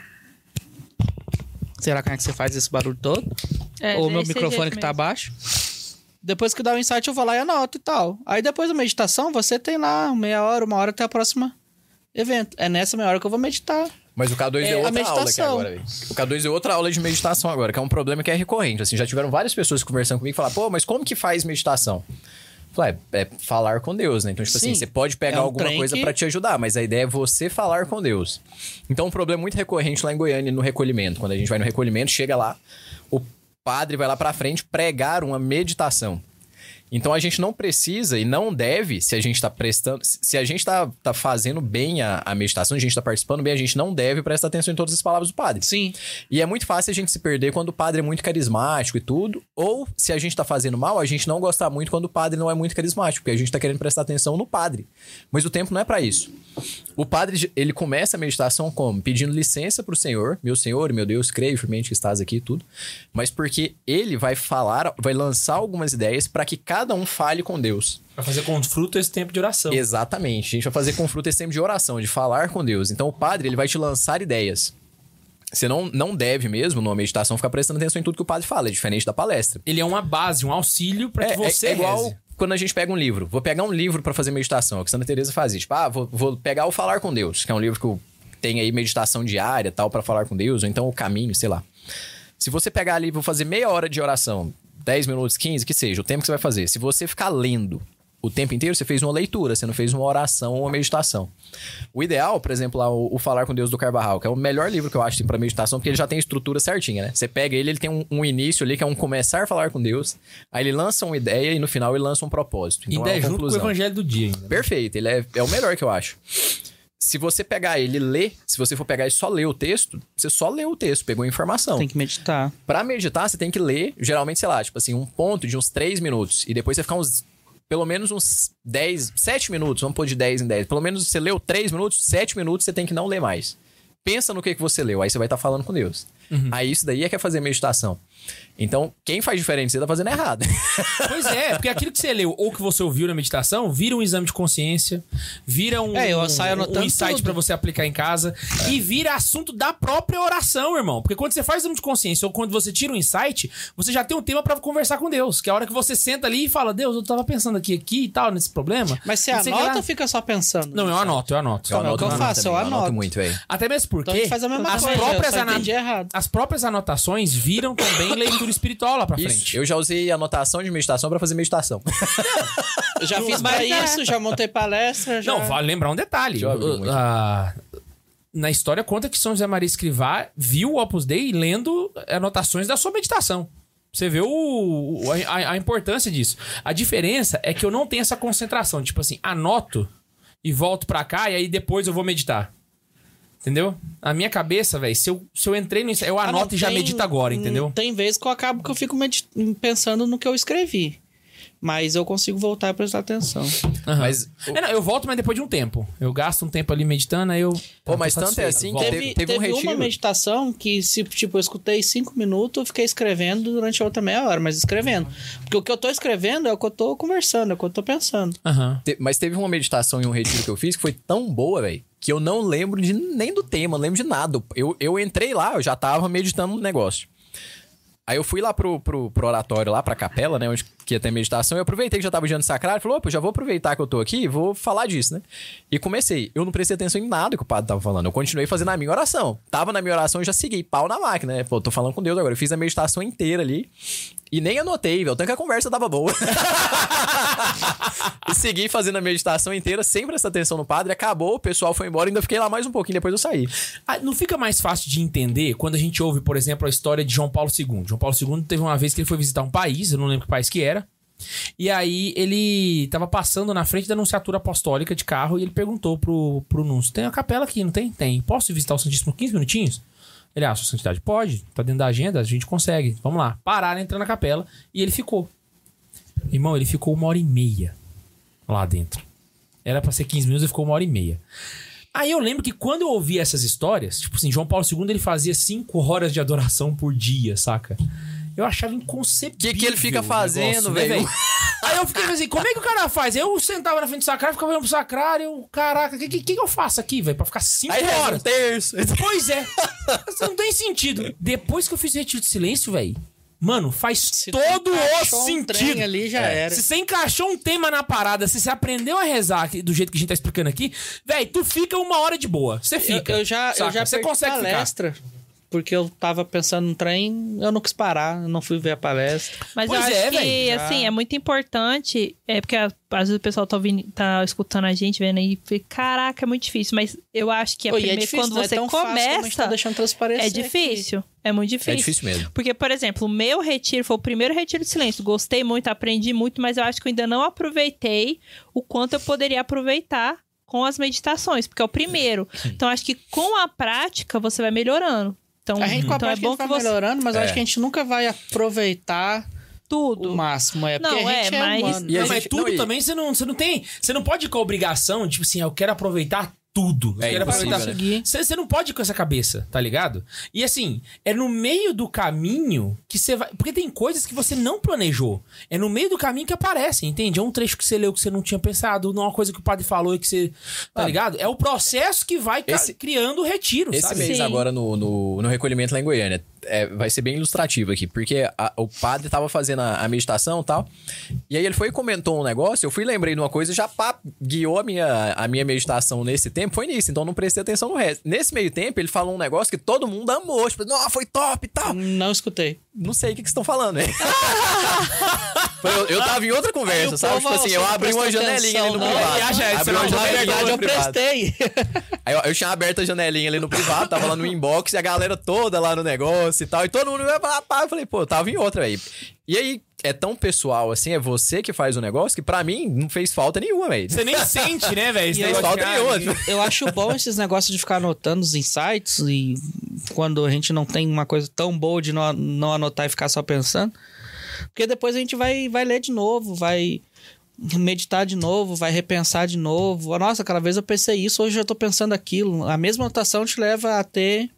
Será como é que você faz esse barulho todo? É, Ou o meu desse microfone jeito que tá mesmo. abaixo? Depois que dá o insight, eu vou lá e anoto e tal. Aí depois da meditação, você tem lá meia hora, uma hora até a próxima evento. É nessa meia hora que eu vou meditar. Mas o K dois É, deu a outra aula aqui meditação. agora, velho. O K dois deu outra aula de meditação agora, que é um problema que é recorrente. Assim, já tiveram várias pessoas conversando comigo e falaram, pô, mas como que faz meditação? Falei, é, é falar com Deus, né? Então, tipo Sim, assim, você pode pegar é um alguma trem coisa que- pra te ajudar, mas a ideia é você falar com Deus. Então, um problema muito recorrente lá em Goiânia, no recolhimento. Quando a gente vai no recolhimento, chega lá, o padre vai lá pra frente pregar uma meditação. Então a gente não precisa e não deve, se a gente tá prestando, se a gente tá, tá fazendo bem a, a meditação, a gente tá participando bem, a gente não deve prestar atenção em todas as palavras do padre. Sim. E é muito fácil a gente se perder quando o padre é muito carismático e tudo, ou se a gente tá fazendo mal, a gente não gostar muito quando o padre não é muito carismático, porque a gente tá querendo prestar atenção no padre. Mas o tempo não é pra isso. O padre, ele começa a meditação como? Pedindo licença pro Senhor, meu Senhor e meu Deus, creio firmemente que estás aqui e tudo, mas porque ele vai falar, vai lançar algumas ideias pra que cada cada um fale com Deus. Pra fazer com fruto esse tempo de oração. Exatamente. A gente vai fazer com fruto esse tempo de oração, de falar com Deus. Então o padre, ele vai te lançar ideias. Você não, não deve mesmo, numa meditação, ficar prestando atenção em tudo que o padre fala. É diferente da palestra. Ele é uma base, um auxílio pra É, que você é, é igual reze. quando a gente pega um livro. Vou pegar um livro pra fazer meditação. É o que Santa Teresa fazia. Tipo, ah, vou, vou pegar o Falar com Deus, que é um livro que tem aí meditação diária, tal, pra falar com Deus. Ou então o caminho, sei lá. Se você pegar ali, vou fazer meia hora de oração, dez minutos, quinze, que seja, o tempo que você vai fazer. Se você ficar lendo o tempo inteiro, você fez uma leitura, você não fez uma oração ou uma meditação. O ideal, por exemplo, lá, o, o Falar com Deus do Carvajal, que é o melhor livro que eu acho assim, pra meditação, porque ele já tem a estrutura certinha, né? Você pega ele, ele tem um, um início ali, que é um começar a falar com Deus, aí ele lança uma ideia e no final ele lança um propósito. Então Ainda é é uma junto conclusão. com o evangelho do dia. Ainda. Perfeito, ele é, é o melhor que eu acho. Se você pegar ele e ler, se você for pegar e só ler o texto, você só leu o texto, pegou a informação. Tem que meditar. Pra meditar, você tem que ler, geralmente, sei lá, tipo assim, um ponto de uns três minutos. E depois você ficar uns, pelo menos uns dez, sete minutos, vamos pôr de dez em dez. Pelo menos você leu três minutos, sete minutos, você tem que não ler mais. Pensa no que, que você leu, aí você vai estar falando com Deus. Uhum. Aí isso daí é que é fazer meditação. Então, quem faz diferente, você tá fazendo errado. Pois é, porque aquilo que você leu ou que você ouviu na meditação, vira um exame de consciência, vira um, É, eu saio um, um anotando insight tudo. pra você aplicar em casa e vira assunto da própria oração, irmão. Porque quando você faz exame de consciência ou quando você tira um insight, você já tem um tema pra conversar com Deus. Que é a hora que você senta ali e fala, Deus, eu tava pensando aqui, aqui e tal, nesse problema. Mas você Não sei o que anota lá. ou fica só pensando? Não, eu anoto, eu anoto. Então, é o que eu muito faço, eu também, anoto. muito, velho. Até mesmo porque Então a gente faz a mesma as, coisa, próprias eu só ana- entendi errado. as próprias anotações viram também leitura espiritual lá pra frente. Isso, eu já usei anotação de meditação pra fazer meditação. Eu já fiz pra isso, já montei palestra, já... Não, vale lembrar um detalhe. Já ouvi O- muito. a- na história conta que São José Maria Escrivá viu o Opus Dei lendo anotações da sua meditação. Você vê o, o- a, a importância disso. A diferença é que eu não tenho essa concentração. Tipo assim, anoto e volto pra cá e aí depois eu vou meditar. Entendeu? A minha cabeça, velho, se eu, se eu entrei nisso, eu Ah, anoto não, e já tem- medito agora, entendeu? Tem vezes que eu acabo que eu fico medit- pensando no que eu escrevi. Mas eu consigo voltar e prestar atenção. Aham. Mas- É, não, eu volto, mas depois de um tempo. Eu gasto um tempo ali meditando, aí eu... Pô, mas tô tanto é satisfeito. assim que Volto. teve- Teve, um teve uma retiro. meditação que, se, tipo, eu escutei cinco minutos, eu fiquei escrevendo durante a outra meia hora, mas escrevendo. Porque o que eu tô escrevendo é o que eu tô conversando, é o que eu tô pensando. Aham. Te- Mas teve uma meditação em um retiro que eu fiz que foi tão boa, velho, que eu não lembro de, nem do tema, não lembro de nada. Eu, eu entrei lá, eu já tava meditando no negócio. Aí eu fui lá pro, pro, pro oratório, lá pra capela, né, onde que ia ter meditação, e eu aproveitei que já tava diante do sacrário, falei, opa, já vou aproveitar que eu tô aqui e vou falar disso, né? E comecei. Eu não prestei atenção em nada que o padre tava falando, eu continuei fazendo a minha oração. Tava na minha oração e já segui, pau na máquina, né? Pô, tô falando com Deus agora. Eu fiz a meditação inteira ali e nem anotei, velho, tanto que a conversa tava boa. E segui fazendo a meditação inteira, sem prestar atenção no padre, acabou, o pessoal foi embora, ainda fiquei lá mais um pouquinho, depois eu saí. Ah, não fica mais fácil de entender quando a gente ouve, por exemplo, a história de João Paulo segundo. João Paulo segundo teve uma vez que ele foi visitar um país, eu não lembro que país que era. E aí ele tava passando na frente da Anunciatura Apostólica de carro e ele perguntou pro, pro Núncio, tem uma capela aqui, não tem? Tem. Posso visitar o Santíssimo quinze minutinhos? Ele, ah, sua santidade, pode. Tá dentro da agenda, a gente consegue. Vamos lá. Pararam, entrando na capela e ele ficou. Irmão, ele ficou uma hora e meia lá dentro. Era pra ser quinze minutos, ele ficou uma hora e meia. Aí eu lembro que quando eu ouvi essas histórias, tipo assim, João Paulo segundo ele fazia cinco horas de adoração por dia, saca? Eu achava inconcebível. Que que ele fica o fazendo, negócio, né, velho? Aí eu fiquei assim, como é que o cara faz? Eu sentava na frente do sacrário, ficava olhando pro sacrário, eu, caraca, o que, que, que eu faço aqui, velho? Pra ficar cinco Aí reza um horas. terço. Pois é. Isso não tem sentido. Depois que eu fiz o retiro de silêncio, velho, mano, faz Se todo tu o encaixou um sentido. trem ali, já era. Se você encaixou um tema na parada, se você aprendeu a rezar aqui, do jeito que a gente tá explicando aqui, velho, tu fica uma hora de boa. Você Eu, fica. eu já, eu saca? já Você perdi consegue palestra. Porque eu tava pensando no trem, eu não quis parar, eu não fui ver a palestra. Mas Pois eu acho é, que, véi, assim, já. é muito importante, é porque às vezes o pessoal tá, ouvindo, tá escutando a gente, vendo aí, e fica, caraca, é muito difícil. Mas eu acho que a Pô, e primeira, é difícil, quando não é você tão fácil como a gente começa, tá deixando transparecer é difícil. É muito difícil. É difícil mesmo. Porque, por exemplo, o meu retiro foi o primeiro retiro de silêncio. Gostei muito, aprendi muito, mas eu acho que eu ainda não aproveitei o quanto eu poderia aproveitar com as meditações, porque é o primeiro. Então, acho que com a prática você vai melhorando. Então, A gente com a então é prática a bom gente que vai você... melhorando, mas eu É. acho que a gente nunca vai aproveitar Tudo. o máximo. É, porque Não, a gente é, é, mas- humano. E a Não, mas gente- tudo não, e- também você não, você não tem. Você não pode ir com a obrigação, tipo assim, eu quero aproveitar tudo. É Eu quero impossível, aproveitar. né? Você você não pode ir com essa cabeça, tá ligado? E assim, é no meio do caminho que você vai... Porque tem coisas que você não planejou. É no meio do caminho que aparecem, entende? É um trecho que você leu que você não tinha pensado, não é uma coisa que o padre falou e que você... Tá Ah, ligado? É o processo que vai ca- esse- criando o retiro, Esse sabe? mês Sim. agora no, no, no recolhimento lá em Goiânia, é, vai ser bem ilustrativo aqui, porque a- o padre tava fazendo a, a meditação e tal, e aí ele foi e comentou um negócio, eu fui e lembrei de uma coisa, já pá, guiou a minha, a minha meditação nesse tempo, foi nisso, então não prestei atenção no resto. Nesse meio tempo, ele falou um negócio que todo mundo amou, tipo, nossa, foi top e tal. Não escutei. Não sei o que que vocês estão falando, né? eu, eu tava em outra Aí conversa, o sabe? povo, Tipo assim, eu você não abri uma prestou janelinha ali no atenção, não. privado. Ele acha- Abri você uma não- Na janelinha verdade, no eu privado. prestei. Aí eu, eu tinha aberto a janelinha ali no privado, tava lá no inbox e a galera toda lá no negócio e tal. E todo mundo vai falar, pá, eu falei, pô, eu tava em outra, velho. E aí, é tão pessoal assim, é você que faz o negócio que pra mim não fez falta nenhuma, velho. Você nem sente, né, velho? Esse E eu- negócio falta de- nenhuma. Eu acho bom esses negócios de ficar anotando os insights e quando a gente não tem uma coisa tão boa de não, não anotar e ficar só pensando. Porque depois a gente vai, vai ler de novo, vai meditar de novo, vai repensar de novo. Nossa, aquela vez eu pensei isso, hoje eu tô pensando aquilo. A mesma anotação te leva a ter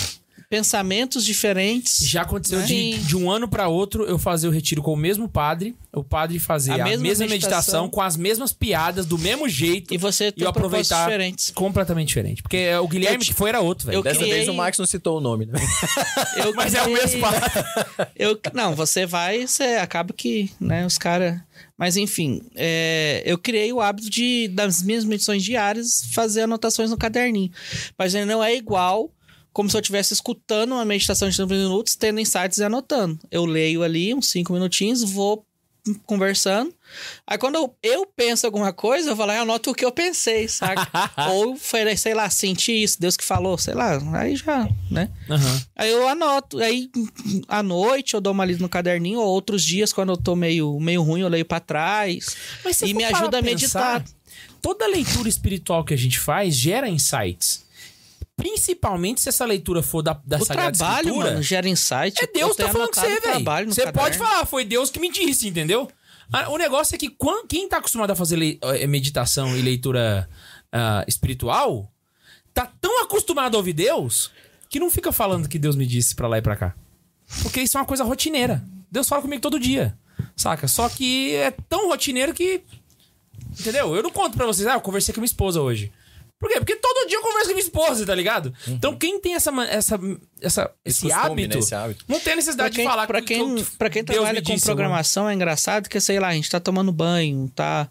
pensamentos diferentes. Já aconteceu de, Sim. de um ano pra outro eu fazer o retiro com o mesmo padre, o padre fazer a, A mesma, mesma meditação. meditação, com as mesmas piadas, do mesmo jeito. E você e tem eu propósitos aproveitar diferentes. completamente diferente. Porque é, o Guilherme Eu te- que foi era outro, velho. eu Dessa criei- vez o Max não citou o nome, né? Eu Mas é o criei- mesmo padre. Eu, não, você vai, você acaba que, né, os caras... Mas enfim, é, eu criei o hábito de, das minhas medições diárias, fazer anotações no caderninho. Mas ele não é igual como se eu estivesse escutando uma meditação de trinta minutos, tendo insights e anotando. Eu leio ali uns cinco minutinhos, vou conversando. Aí quando eu, eu penso alguma coisa, eu vou lá e anoto o que eu pensei, saca? Ou, foi, sei lá, senti isso, Deus que falou, sei lá, aí já, né? Aham. Aí eu anoto. Aí à noite eu dou uma lida no caderninho, ou outros dias, quando eu tô meio, meio ruim, eu leio pra trás. Mas se E for me parar ajuda pra a meditar. pensar, toda leitura espiritual que a gente faz gera insights. Principalmente se essa leitura for da, da O Sagrada trabalho, Escritura. mano, gera insight. É Deus Eu que tá tenho falando com anotado você, velho. trabalho no Você caderno. pode falar, foi Deus que me disse, entendeu? Ah, o negócio é que quan- quem tá acostumado a fazer lei- eh, meditação e leitura ah, espiritual tá tão acostumado a ouvir Deus que não fica falando que Deus me disse pra lá e pra cá. Porque isso é uma coisa rotineira. Deus fala comigo todo dia, saca? Só que é tão rotineiro que... Entendeu? Eu não conto pra vocês, ah, eu conversei com minha esposa hoje. Por quê? Porque todo dia eu converso com minha esposa, tá ligado? Então quem tem essa, ma- essa, essa, esse, costume, hábito, né? Esse hábito. não tem Pra necessidade quem, de falar pra que- quem, que pra quem Deus trabalha me com disse, programação, é engraçado que, sei lá, a gente tá tomando banho, tá,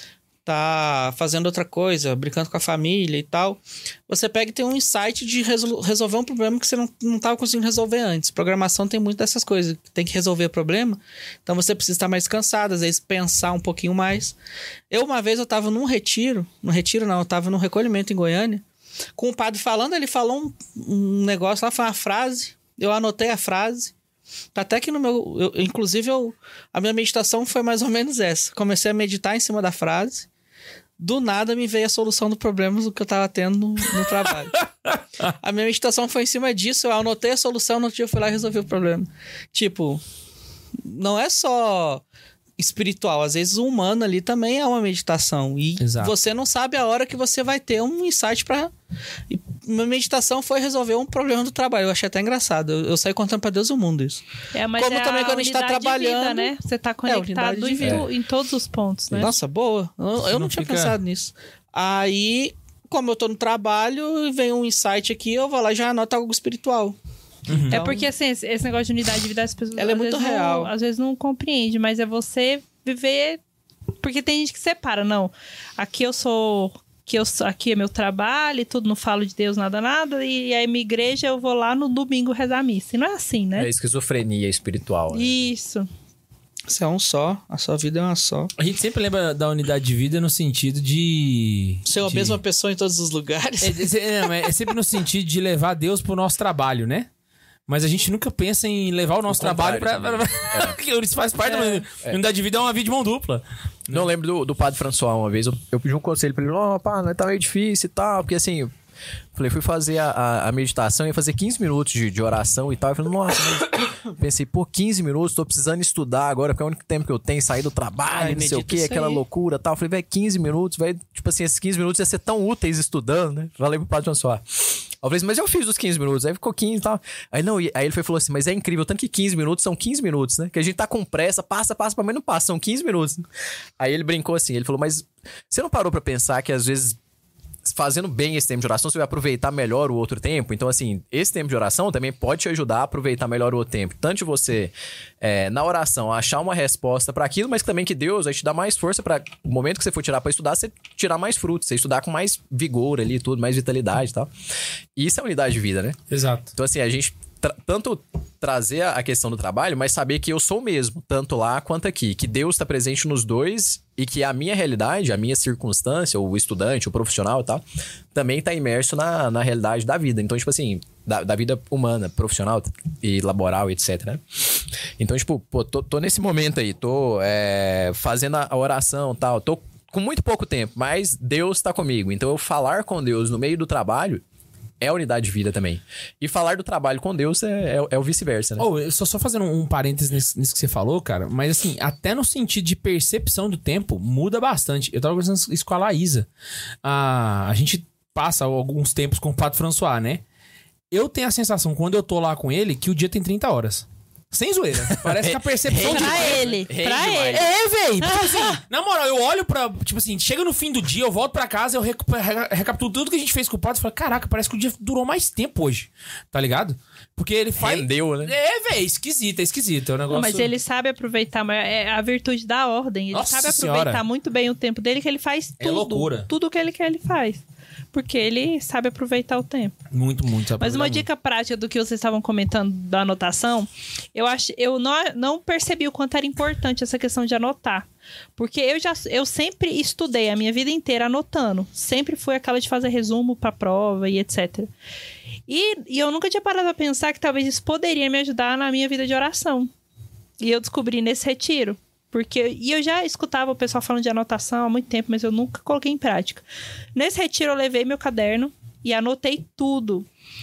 tá fazendo outra coisa, brincando com a família e tal. Você pega e tem um insight de resol- resolver um problema que você não, não tava conseguindo resolver antes. Programação tem muito dessas coisas. Tem que resolver problema. Então você precisa estar mais cansado, às vezes pensar um pouquinho mais. Eu, uma vez, eu tava num retiro. No retiro, não, eu tava num recolhimento em Goiânia. Com o padre falando, ele falou um, um negócio lá, foi uma frase. Eu anotei a frase. Tá até que no meu... eu- inclusive, eu, a minha meditação foi mais ou menos essa. Comecei a meditar em cima da frase. Do nada me veio a solução do problema do que eu tava tendo no, no trabalho. A minha meditação foi em cima disso. Eu anotei a solução, no outro dia eu fui lá e resolvi o problema. Tipo, não é só espiritual. Às vezes o humano ali também é uma meditação. E Exato. você não sabe a hora que você vai ter um insight pra... E minha meditação foi resolver um problema do trabalho. Eu achei até engraçado. Eu, eu saí contando pra Deus o mundo isso. É, mas Como é também a quando a gente tá unidade de trabalhando- vida, né? Você tá unidade conectado de em, vida. tu- em todos os pontos, né? Nossa, boa. Eu, eu não, Não tinha fica- pensado nisso. Aí, como eu tô no trabalho, vem um insight aqui, eu vou lá e já anoto algo espiritual. É Então, porque assim, esse esse negócio de unidade de vida as pessoas Ela é às muito vezes real. Não, às vezes não compreende, mas é você viver. Porque tem gente que separa, não. Aqui eu sou. Que eu, sou- aqui é meu trabalho e tudo, não falo de Deus, nada, nada. E aí, minha igreja, eu vou lá no domingo rezar a missa. E não é assim, né? É esquizofrenia espiritual. Né? Isso. Você é um só, a sua vida é uma só. A gente sempre lembra da unidade de vida no sentido de... Ser a de- mesma pessoa em todos os lugares. É, é, não, é sempre no sentido de levar Deus pro nosso trabalho, né? Mas a gente nunca pensa em levar o nosso O trabalho pra... contrário pra... Porque isso faz parte da unidade de vida, é uma via de mão dupla. Não lembro do, do padre François uma vez, eu, eu pedi um conselho pra ele, ó, pá, não tá meio difícil e tal, porque assim, eu falei, fui fazer a, a, a meditação, ia fazer quinze minutos de, de oração e tal, eu falei, nossa, mas Pensei, pô, quinze minutos, tô precisando estudar agora, porque é o único tempo que eu tenho, sair do trabalho, Ai, não sei o medita quê, isso aquela aí. loucura e tal. Eu falei, velho, quinze minutos, vai, tipo assim, esses quinze minutos ia ser tão úteis estudando, né? Falei pro Padre João Soares. Eu falei assim, mas eu fiz os quinze minutos, aí ficou quinze e tal. Aí não, aí ele foi, falou assim, mas é incrível, tanto que quinze minutos são quinze minutos, né? Que a gente tá com pressa, passa, passa, mas não passa, são quinze minutos. Aí ele brincou assim, ele falou, mas você não parou pra pensar que às vezes fazendo bem esse tempo de oração, você vai aproveitar melhor o outro tempo? Então, assim, esse tempo de oração também pode te ajudar a aproveitar melhor o outro tempo. Tanto de você, é, na oração, achar uma resposta para aquilo, mas também que Deus vai te dar mais força para o momento que você for tirar para estudar, você tirar mais frutos, você estudar com mais vigor ali, tudo, mais vitalidade e tal. E isso é unidade de vida, né? Exato. Então, assim, a gente tra- tanto trazer a questão do trabalho, mas saber que eu sou o mesmo, tanto lá quanto aqui. Que Deus está presente nos dois e que a minha realidade, a minha circunstância, o estudante, o profissional e tal, também está imerso na, na realidade da vida. Então, tipo assim, da, da vida humana, profissional e laboral, etcétera, né? Então, tipo, pô, tô, tô nesse momento aí, tô é, fazendo a oração e tal, tô com muito pouco tempo, mas Deus está comigo. Então, eu falar com Deus no meio do trabalho é unidade de vida também. E falar do trabalho com Deus é, é, é o vice-versa, né? Oh, eu só, só fazendo um parênteses nisso, nisso que você falou, cara. Mas assim, até no sentido de percepção do tempo, muda bastante. Eu tava conversando isso com a Laísa. Ah, a gente passa alguns tempos com o Padre François, né? Eu tenho a sensação, quando eu tô lá com ele, que o dia tem trinta horas. Sem zoeira. Parece que a percepção de... Pra ele, Rende pra mais. ele. É, velho. Tipo assim, na moral, eu olho pra... Tipo assim, chega no fim do dia, eu volto pra casa, eu recu- re- recapitulo tudo que a gente fez com o Padre e falo, caraca, parece que o dia durou mais tempo hoje. Tá ligado? Porque ele faz... Rendeu, né? É, velho, esquisito, é esquisito. É um negócio... Não, mas ele sabe aproveitar, mas é a virtude da ordem. Ele Nossa sabe aproveitar Senhora. muito bem o tempo dele, que ele faz É tudo. loucura. Tudo que ele quer, ele faz. Porque ele sabe aproveitar o tempo. Muito, muito. sabe Mas uma muito. dica prática do que vocês estavam comentando da anotação, eu acho, eu não, não percebi o quanto era importante essa questão de anotar. Porque eu já eu sempre estudei a minha vida inteira anotando. Sempre fui aquela de fazer resumo pra prova e etcétera. E, e eu nunca tinha parado a pensar que talvez isso poderia me ajudar na minha vida de oração. E eu descobri nesse retiro. Porque, e eu já escutava o pessoal falando de anotação há muito tempo, mas eu nunca coloquei em prática. Nesse retiro eu levei meu caderno e anotei tudo.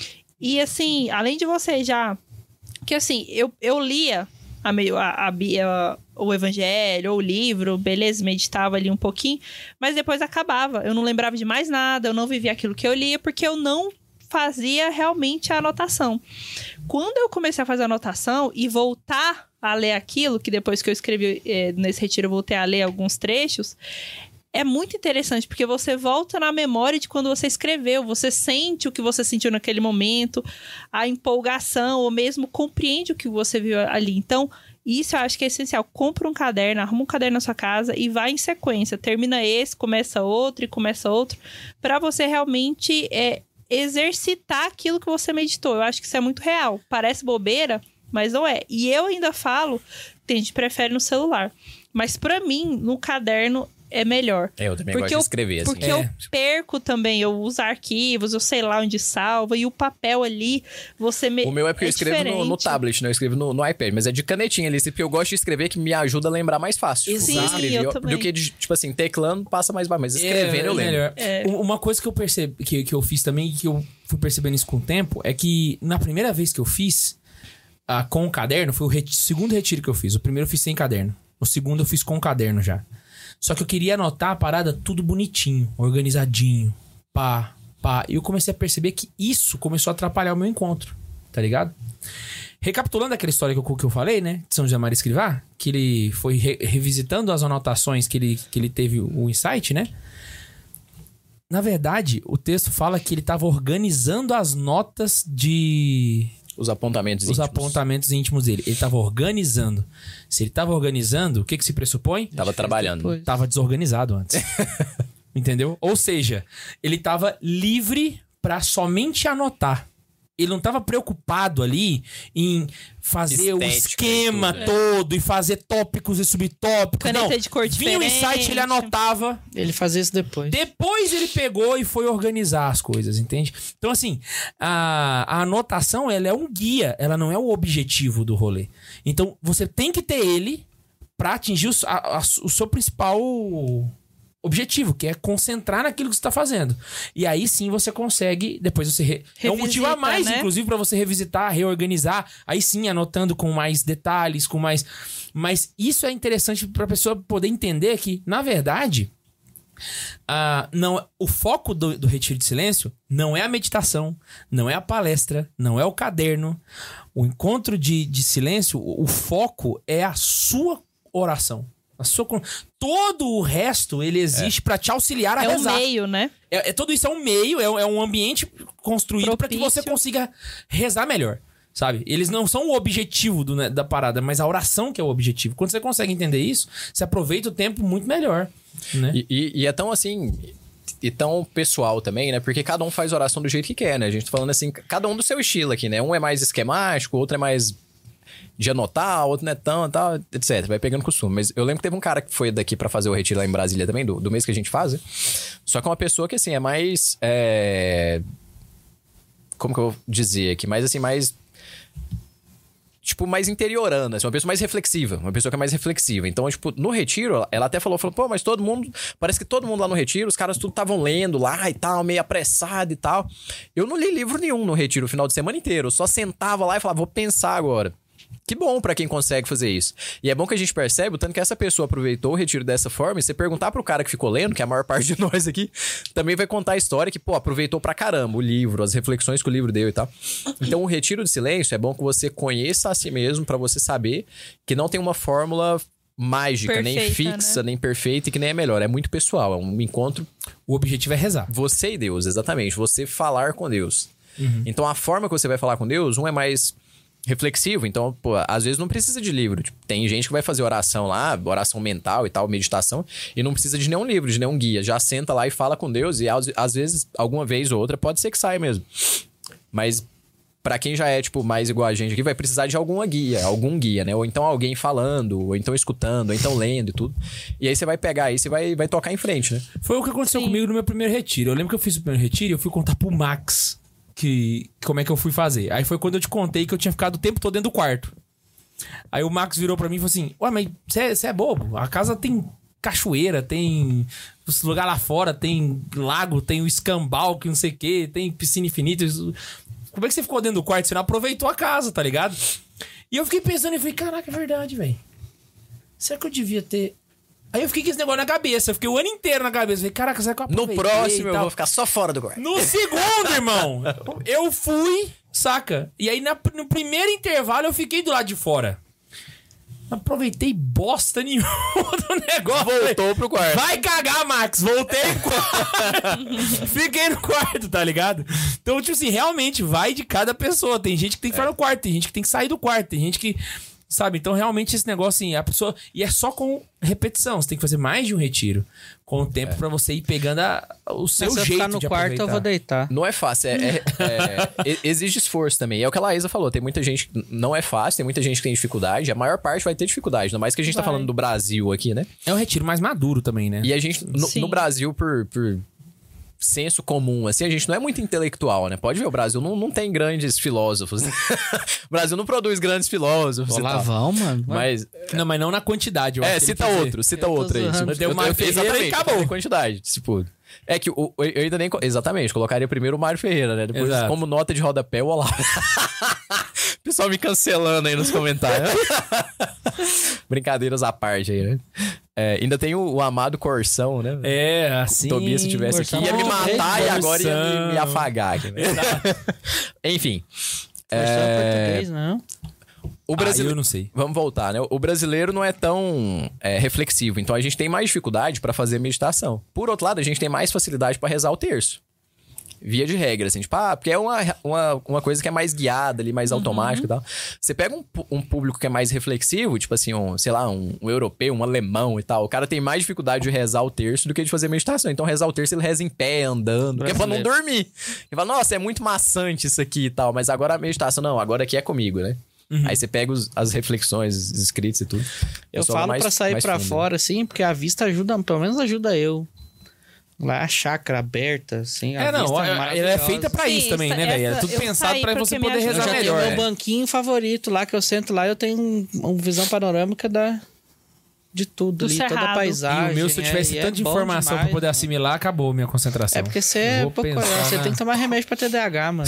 E assim, além de você já... Que assim, eu, eu lia a, meio, a, a, a, o evangelho ou o livro, beleza, meditava ali um pouquinho, mas depois acabava. Eu não lembrava de mais nada, eu não vivia aquilo que eu lia, porque eu não fazia realmente a anotação. Quando eu comecei a fazer a anotação e voltar a ler aquilo, que depois que eu escrevi eh, nesse retiro eu voltei a ler alguns trechos, é muito interessante, porque você volta na memória de quando você escreveu, você sente o que você sentiu naquele momento, a empolgação, ou mesmo compreende o que você viu ali. Então, isso eu acho que é essencial. Compra um caderno, arruma um caderno na sua casa e vai em sequência. Termina esse, começa outro e começa outro, para você realmente é, exercitar aquilo que você meditou. Eu acho que isso é muito real. Parece bobeira, mas não é. E eu ainda falo, tem gente que prefere no celular. Mas pra mim, no caderno é melhor. É, eu também Porque gosto de eu- escrever, assim. Porque É. eu perco também, eu uso arquivos, eu sei lá onde salva, e o papel ali, você... Me... O meu é porque eu escrevo no, no diferente. tablet, né? Eu escrevo no, no iPad, mas é de canetinha ali, porque eu gosto de escrever que me ajuda a lembrar mais fácil. Sim, O que escrevi, eu também. do que, de, tipo assim, teclando passa mais fácil, mas escrevendo É, eu lembro. melhor. É. U- Uma coisa que eu percebi, que, que eu fiz também, que eu fui percebendo isso com o tempo, é que na primeira vez que eu fiz ah, com o caderno, foi o reti- segundo retiro que eu fiz. O primeiro eu fiz sem caderno. O segundo eu fiz com o caderno já. Só que eu queria anotar a parada tudo bonitinho, organizadinho, pá, pá. E eu comecei a perceber que isso começou a atrapalhar o meu encontro, tá ligado? Recapitulando aquela história que eu, que eu falei, né? De São José Maria Escrivá, que ele foi re- revisitando as anotações que ele, que ele teve o insight, né? Na verdade, o texto fala que ele estava organizando as notas de... Os apontamentos Os íntimos. apontamentos íntimos dele. Ele estava organizando. Se ele estava organizando, o que que se pressupõe? Tava trabalhando. Depois. Tava desorganizado antes. Entendeu? Ou seja, ele tava livre pra somente anotar. Ele não tava preocupado ali em fazer o Estética esquema e tudo, né? todo e fazer tópicos e subtópicos. Caneta não. de cor Vinha o insight, diferente. ele anotava. Ele fazia isso depois. Depois ele pegou e foi organizar as coisas, entende? Então, assim, a, a anotação, ela é um guia, ela não é o objetivo do rolê. Então, você tem que ter ele pra atingir o, s- a- a- o seu principal objetivo, que é concentrar naquilo que você tá fazendo. E aí sim você consegue, depois você... Re... É um motivo a mais, né? Inclusive, pra você revisitar, reorganizar, aí sim anotando com mais detalhes, com mais... Mas isso é interessante pra pessoa poder entender que, na verdade... Uh, não, o foco do, do Retiro de Silêncio não é a meditação, não é a palestra, não é o caderno. O encontro de, de silêncio, o, o foco é a sua oração. A sua, todo o resto, ele existe é. pra te auxiliar a é rezar. É um meio, né? É, é, tudo isso é um meio, é, é um ambiente construído para que você consiga rezar melhor. Sabe? Eles não são o objetivo do, né, da parada, mas a oração que é o objetivo. Quando você consegue entender isso, você aproveita o tempo muito melhor. Né? E, e, e é tão assim... E tão pessoal também, né? Porque cada um faz oração do jeito que quer, né? A gente tá falando assim, cada um do seu estilo aqui, né? Um é mais esquemático, outro é mais de anotar, outro não é tão, tal, etcétera. Vai pegando costume. Mas eu lembro que teve um cara que foi daqui pra fazer o retiro lá em Brasília também, do, do mês que a gente faz, né? Só que é uma pessoa que, assim, é mais... É... Como que eu vou dizer aqui? Mais, assim, mais... Tipo, mais interiorana, assim, uma pessoa mais reflexiva. Uma pessoa que é mais reflexiva. Então, tipo, no retiro, ela até falou, falou, pô, mas todo mundo... Parece que todo mundo lá no retiro, os caras tudo estavam lendo lá e tal, meio apressado e tal. Eu não li livro nenhum no retiro o final de semana inteiro. Eu só sentava lá e falava, vou pensar agora. Que bom pra quem consegue fazer isso. E é bom que a gente percebe o tanto que essa pessoa aproveitou o retiro dessa forma. E você perguntar pro cara que ficou lendo, que é a maior parte de nós aqui, também vai contar a história que, pô, aproveitou pra caramba o livro, as reflexões que o livro deu e tal. Então, o retiro de silêncio é bom que você conheça a si mesmo pra você saber que não tem uma fórmula mágica, perfeita, nem fixa, né? Nem perfeita e que nem é melhor. É muito pessoal, é um encontro... O objetivo é rezar. Você e Deus, exatamente. Você falar com Deus. Uhum. Então, a forma que você vai falar com Deus, um é mais... reflexivo, então, pô, às vezes não precisa de livro. Tipo, tem gente que vai fazer oração lá, oração mental e tal, meditação, e não precisa de nenhum livro, de nenhum guia. Já senta lá e fala com Deus, e às, às vezes, alguma vez ou outra, pode ser que saia mesmo. Mas, pra quem já é, tipo, mais igual a gente aqui, vai precisar de alguma guia, algum guia, né? Ou então alguém falando, ou então escutando, ou então lendo e tudo. E aí você vai pegar isso e vai, vai tocar em frente, né? Foi o que aconteceu Sim. comigo no meu primeiro retiro. Eu lembro que eu fiz o primeiro retiro e eu fui contar pro Max que como é que eu fui fazer. Aí foi quando eu te contei que eu tinha ficado o tempo todo dentro do quarto. Aí o Max virou pra mim e falou assim, ué, mas você é, é bobo? A casa tem cachoeira, tem lugar lá fora, tem lago, tem o escambau, que não sei o que, tem piscina infinita. Como é que você ficou dentro do quarto? Você não aproveitou a casa, tá ligado? E eu fiquei pensando e falei, caraca, é verdade, velho. Será que eu devia ter... Aí eu fiquei com esse negócio na cabeça. Eu fiquei o ano inteiro na cabeça. Falei, caraca, será que eu aproveitei? No próximo eu vou ficar só fora do quarto. No segundo, irmão, eu fui, saca? E aí na, no primeiro intervalo eu fiquei do lado de fora. Não aproveitei bosta nenhuma do negócio. Voltou pro quarto. Vai cagar, Max. Voltei pro quarto. Fiquei no quarto, tá ligado? Então, tipo assim, realmente vai de cada pessoa. Tem gente que tem que ficar no quarto, tem gente que tem que sair do quarto, tem gente que... Sabe? Então, realmente, esse negócio, assim, a pessoa... E é só com repetição. Você tem que fazer mais de um retiro. Com o tempo, é. pra você ir pegando a, o seu Se eu jeito ficar no de quarto, aproveitar. eu vou deitar. Não é fácil. É, é, é, exige esforço também. É o que a Laísa falou. Tem muita gente... Não é fácil. Tem muita gente que tem dificuldade. A maior parte vai ter dificuldade. Ainda mais que a gente vai. tá falando do Brasil aqui, né? É um retiro mais maduro também, né? E a gente... No, no Brasil, por... por senso comum, assim, a gente não é muito intelectual, né? Pode ver, o Brasil não, não tem grandes filósofos. O Brasil não produz grandes filósofos. Lá vão, mano. Mas... Não, mas não na quantidade. Eu é, acho cita outro, cita outro aí. Tipo, deu uma exatamente, e acabou. Quantidade, tipo... É que o, eu ainda nem... Exatamente, colocaria primeiro o Mário Ferreira, né? Depois, Exato. como nota de rodapé, o Olavo. O pessoal me cancelando aí nos comentários. Brincadeiras à parte aí, né? É, ainda tem o, o amado Corsão, né? É, assim... O Tobias, se tivesse Corsão, aqui, ia me matar e agora ia me, me afagar. Aqui, né? Enfim. Corsão é português, não? O brasileiro... Ah, eu não sei. Vamos voltar, né? O brasileiro não é tão é, reflexivo, então a gente tem mais dificuldade pra fazer meditação. Por outro lado, a gente tem mais facilidade pra rezar o terço. Via de regra, assim, tipo, ah, porque é uma, uma, uma coisa que é mais guiada ali, mais uhum. automática e tal. Você pega um, um público que é mais reflexivo, tipo assim, um, sei lá, um, um europeu, um alemão e tal. O cara tem mais dificuldade de rezar o terço do que de fazer meditação. Então, rezar o terço, ele reza em pé, andando, porque é pra não dormir. Ele fala, nossa, é muito maçante isso aqui e tal, mas agora a meditação, não, agora aqui é comigo, né? Uhum. Aí você pega os, as reflexões, os escritos e tudo. Eu, eu falo mais, pra sair pra fundo, fora, assim, porque a vista ajuda, pelo menos ajuda eu. Lá a chácara aberta, assim. É, não, ela é feita pra Sim, isso também, né, velho? É tudo pensado pra você poder rezar melhor. Eu já melhor. tenho meu banquinho favorito lá, que eu sento lá, eu tenho uma um visão panorâmica da... de tudo Do ali, toda a cerrado. paisagem. E o meu, se eu tivesse é, tanta é bom informação demais, pra poder mano. assimilar, acabou a minha concentração. É porque você Eu é vou pouco pensar olhar, você na- tem que tomar remédio pra T D A H, mano.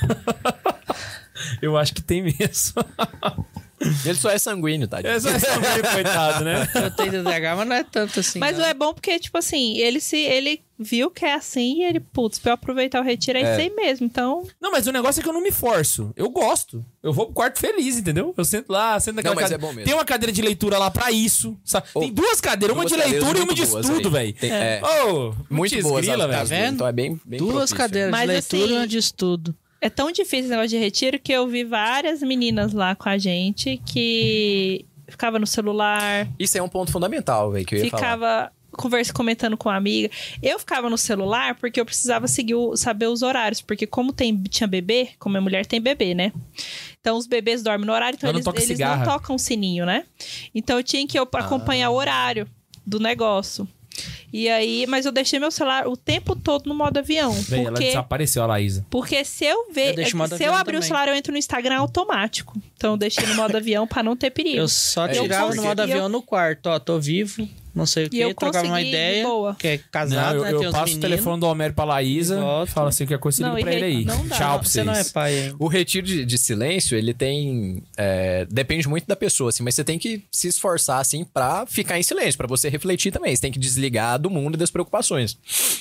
Eu acho que tem mesmo. Ele só é sanguíneo, tá? Essa é meio coitado, né? Eu tenho T D A H, mas não é tanto assim. Mas não. é bom porque, tipo assim, ele se ele viu que é assim e ele, putz, pra eu aproveitar o retiro é, É. isso aí mesmo. Então, Não, mas o negócio é que eu não me forço. Eu gosto. Eu vou pro quarto feliz, entendeu? Eu sento lá, sento naquela Não, mas cadeira. é bom mesmo. Tem uma cadeira de leitura lá pra isso. sabe? Oh, Tem duas cadeiras, uma duas de cadeiras leitura e uma muito de boas estudo, aí. velho. Tem- é. Oh, Muito putz, boas grila, as velho. casas, vendo? então é bem, bem Duas propício. cadeiras Mas de leitura assim- e uma de estudo. é tão difícil esse negócio de retiro que eu vi várias meninas lá com a gente que ficava no celular, Isso é um ponto fundamental, velho, que eu ia falar. ficava conversa, comentando com uma amiga. Eu ficava no celular porque eu precisava seguir o- saber os horários, porque como tem, tinha bebê, como a mulher tem bebê, né? Então os bebês dormem no horário, então Ela não eles, toca eles cigarra. não tocam sininho, né? Então eu tinha que eu acompanhar o horário do negócio. E aí, mas eu deixei meu celular o tempo todo no modo avião, Véi, ela porque desapareceu, a Laísa. porque se eu ver, Eu deixo o modo se eu avião abrir o também. celular, eu entro no Instagram automático. Então eu deixei no modo avião pra não ter perigo. Eu só É, tirava porque- no modo e eu- avião no quarto, ó, tô vivo, não sei o E que, eu trocava uma consegui de ideia, boa. que é Não, casado, eu né, eu tem os passo o meninos. telefone do Homero pra Laísa E e volto. falo assim, que a coisa você Não, liga pra e ele re- aí. não dá. Tchau pra Você vocês. não é pai ainda. O retiro de, de silêncio, ele tem... é, depende muito da pessoa, assim, mas você tem que se esforçar, assim, pra ficar em silêncio, pra você refletir também. Você tem que desligar do mundo e das preocupações.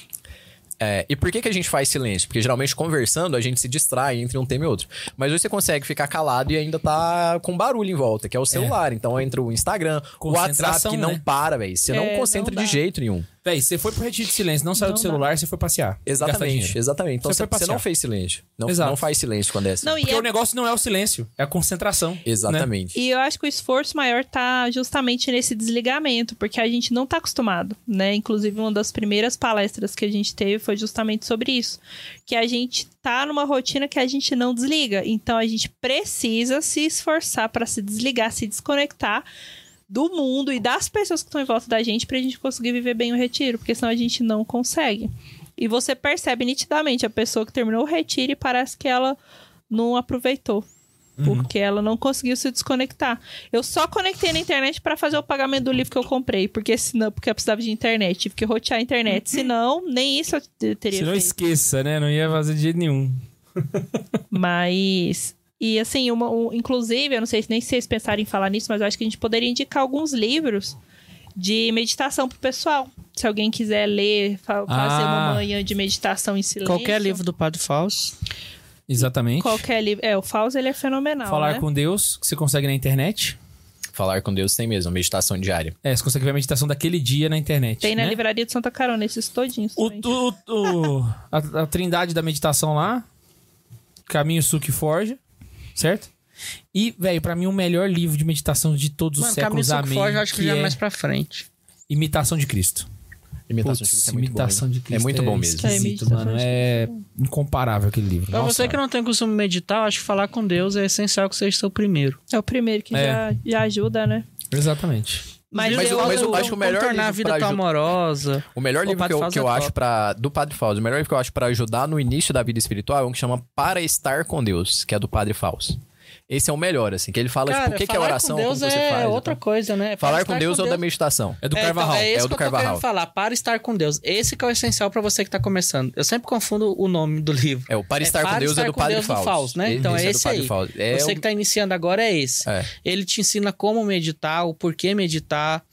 É, e por que, que a gente faz silêncio? Porque geralmente conversando a gente se distrai entre um tema e outro. Mas hoje você consegue ficar calado e ainda tá com barulho em volta, que é o celular. Então entra o Instagram, o WhatsApp Concentração, que não né? para, velho. Você É, não concentra não de dá. jeito nenhum. Véi, você foi pro retiro de silêncio, não saiu Não do dá. celular, você foi passear. gastar Exatamente, dinheiro. exatamente. Então Você você, foi você não passear. fez silêncio. Não, Exato. não faz silêncio quando é assim. Não, e Porque é- o negócio não é o silêncio, é a concentração. Exatamente. E eu acho que o esforço maior tá justamente nesse desligamento, porque a gente não tá acostumado, né? Inclusive, uma das primeiras palestras que a gente teve foi justamente sobre isso. Que a gente tá numa rotina que a gente não desliga. Então, a gente precisa se esforçar para se desligar, se desconectar do mundo e das pessoas que estão em volta da gente pra gente conseguir viver bem o retiro, porque senão a gente não consegue. E você percebe nitidamente a pessoa que terminou o retiro e parece que ela não aproveitou. Porque ela não conseguiu se desconectar. Eu só conectei na internet pra fazer o pagamento do livro que eu comprei. Porque senão, porque eu precisava de internet. Tive que rotear a internet. Senão, nem isso eu te- teria Se não feito. esqueça, né? Não ia fazer de jeito nenhum. Mas... E assim, uma, um- inclusive, eu não sei se nem se vocês pensaram em falar nisso, mas eu acho que a gente poderia indicar alguns livros de meditação pro pessoal. Se alguém quiser ler, fa- fazer Ah. uma manhã de meditação em silêncio. Qualquer livro do Padre Fausto. Exatamente. Qualquer livro. É, o Fausto, ele é fenomenal, Falar né? com Deus, que você consegue na internet. Falar com Deus tem mesmo, meditação diária. É, você consegue ver a meditação daquele dia na internet. Tem na né? livraria de Santa Carona, esses todinhos O, também. o, o- a, a trindade da meditação lá. Caminho, Suco e Forja. Certo? E, velho, pra mim o melhor livro de meditação de todos os Mano, Caminho séculos. Suco Amém. Forte, eu acho que, já é é mais pra frente. Imitação de Cristo. Imitação Putz, de Cristo é muito imitação bom. de hein? Cristo É muito bom mesmo. esquisito, É, imitação mano. de É incomparável aquele livro. Pra Nossa, você que não tem costume meditar, eu acho que falar com Deus é essencial que seja seu primeiro. É o primeiro que É. já, já ajuda, né? Exatamente. Mas, Mas eu, o- mas eu eu- acho que o melhor Como tornar a livro vida pra tão aju- amorosa. O melhor O livro que Padre eu, Fausto que eu é acho top. para do Padre Fausto, o melhor livro que eu acho pra ajudar no início da vida espiritual é um que chama Para Estar com Deus, que é do Padre Fausto. Esse é o melhor, assim, que ele fala, Cara, tipo, o que, que é falar oração, com Deus como você é faz. e outra tal. coisa, né? Falar Para com estar Deus ou da meditação? É do É, Carvajal. então, é É isso o do que eu tô Carvajal. querendo falar. Para estar com Deus. Esse que é o essencial pra você que tá começando. Eu sempre confundo o nome do livro. É, o Para Estar com Para Deus estar é do com Padre Deus do Fausto. Fausto, né? Então Esse é do esse Padre aí. Fausto. É Você um- que tá iniciando agora é esse. É. Ele te ensina como meditar, o porquê meditar,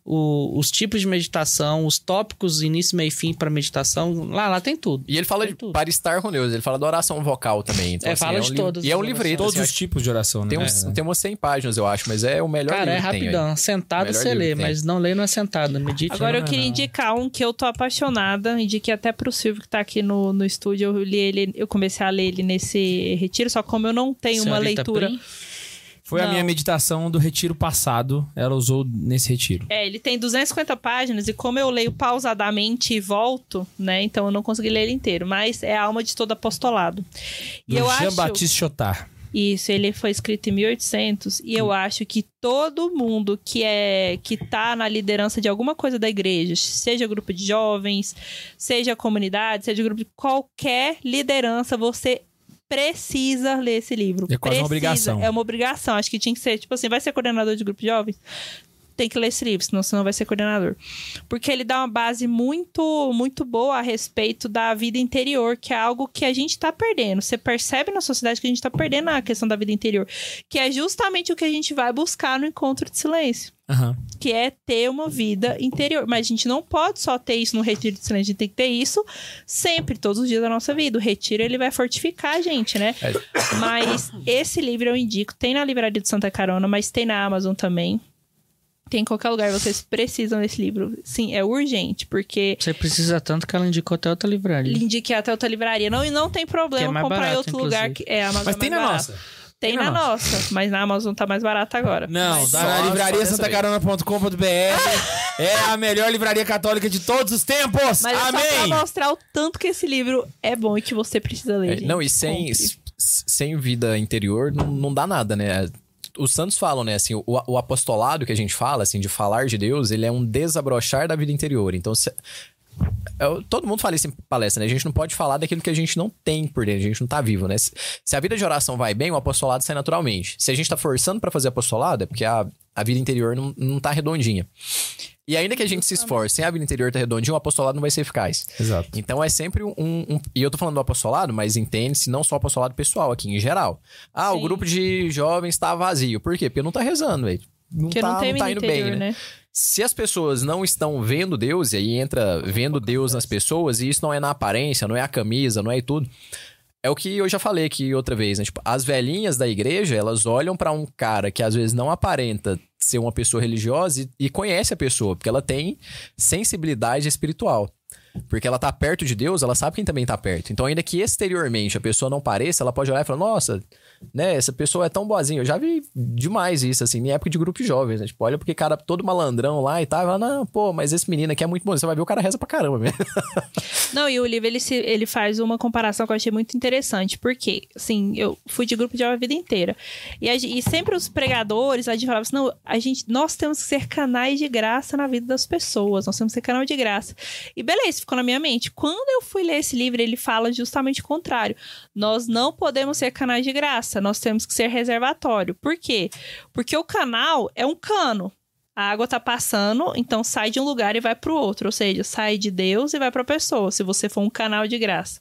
o- os tipos de meditação, os tópicos, início, meio e fim pra meditação. Lá, lá tem tudo. E ele fala Tem de tudo. para estar com Deus, ele fala da oração vocal também. Então, É, assim, fala um de livro- todas E é as um orações. livreto, Todos assim, os acho- tipos de oração, né? tem, uns, tem umas cem páginas, eu acho, mas é o melhor Cara, é livro que tem, rapidão. velho. Sentado Melhor você livro lê, que tem. mas não lê não é sentado. Medite. Agora eu não, queria não. indicar um que eu tô apaixonada. Indiquei até pro Silvio que tá aqui no, no estúdio. Eu li ele, eu comecei a ler ele nesse retiro, só como eu não tenho uma Senhorita leitura. Prim. Foi a Não. minha meditação do retiro passado. Ela usou nesse retiro. É, ele tem duzentas e cinquenta páginas e como eu leio pausadamente e volto, né? Então eu não consegui ler ele inteiro. Mas é a alma de todo apostolado. E Do eu acho... Jean-Baptiste Chotard. Isso, ele foi escrito em mil e oitocentos e eu acho que todo mundo que é que tá na liderança de alguma coisa da igreja, seja grupo de jovens, seja comunidade, seja grupo de qualquer liderança, você precisa ler esse livro. É quase uma Precisa. obrigação. É uma obrigação. Acho que tinha que ser, tipo assim, vai ser coordenador de grupo de jovens? tem que ler esse livro, senão você não vai ser coordenador. Porque ele dá uma base muito, muito boa a respeito da vida interior, que é algo que a gente tá perdendo. Você percebe na sociedade que a gente tá perdendo a questão da vida interior, que é justamente o que a gente vai buscar no encontro de silêncio. Uhum. Que é ter uma vida interior. Mas a gente não pode só ter isso no retiro de silêncio, a gente tem que ter isso sempre, todos os dias da nossa vida. O retiro, ele vai fortificar a gente, né? É. Mas esse livro eu indico, tem na Livraria de Santa Carona, mas tem na Amazon também. Tem em qualquer lugar, vocês precisam desse livro. Sim, é urgente, porque... Você precisa tanto que ela indicou até outra livraria. Indiquei até outra livraria. Não, e não tem problema é comprar barato, em outro inclusive. lugar. Que é, a Amazon Mas tem é mais na barato. nossa. Tem, tem na, na nossa. nossa, mas na Amazon tá mais barato agora. Não, mas... tá na livraria santa carona ponto com ponto b r. É a melhor livraria católica de todos os tempos. Mas Amém! é só pra mostrar o tanto que esse livro é bom e que você precisa ler, É, gente. não, e sem, sem vida interior não, não dá nada, né? Os santos falam, né, assim, o, o apostolado que a gente fala, assim, de falar de Deus, ele é um desabrochar da vida interior. Então, se, eu, todo mundo fala isso em palestra, né? A gente não pode falar daquilo que a gente não tem por dentro, a gente não tá vivo, né? Se, se a vida de oração vai bem, o apostolado sai naturalmente. Se a gente tá forçando pra fazer apostolado, é porque a, a vida interior não, não tá redondinha. E ainda que a gente se esforce, sem a vida interior tá redondinha, o apostolado não vai ser eficaz. Exato. Então é sempre um, um... E eu tô falando do apostolado, mas entende-se não só o apostolado pessoal aqui, em geral. Ah, Sim. o grupo de jovens tá vazio. Por quê? Porque não tá rezando, velho. Não Porque tá, não, tem não tá indo interior, bem, né? né? Se as pessoas não estão vendo Deus, e aí entra vendo Deus nas pessoas, e isso não é na aparência, não é a camisa, não é tudo... É o que eu já falei aqui outra vez, né? Tipo, as velhinhas da igreja, elas olham pra um cara que às vezes não aparenta ser uma pessoa religiosa e, e conhece a pessoa, porque ela tem sensibilidade espiritual. Porque ela tá perto de Deus, ela sabe quem também tá perto. Então, ainda que exteriormente a pessoa não pareça, ela pode olhar e falar, nossa, né, essa pessoa é tão boazinha. Eu já vi demais isso, assim, em época de grupo de jovens, né? Tipo, olha porque cara todo malandrão lá e tal, e fala, não, pô, mas esse menino aqui é muito bom. Você vai ver, o cara reza pra caramba mesmo. Não, e o livro, ele, se, ele faz uma comparação que eu achei muito interessante, porque, assim, eu fui de grupo de jovem a vida inteira. E, a, e sempre os pregadores, a gente falava assim, não, a gente, nós temos que ser canais de graça na vida das pessoas, nós temos que ser canal de graça. E beleza, ficou na minha mente. Quando eu fui ler esse livro, ele fala justamente o contrário. Nós não podemos ser canais de graça, nós temos que ser reservatório. Por quê? Porque o canal é um cano. A água tá passando, então sai de um lugar e vai pro outro. Ou seja, sai de Deus e vai pra pessoa, se você for um canal de graça.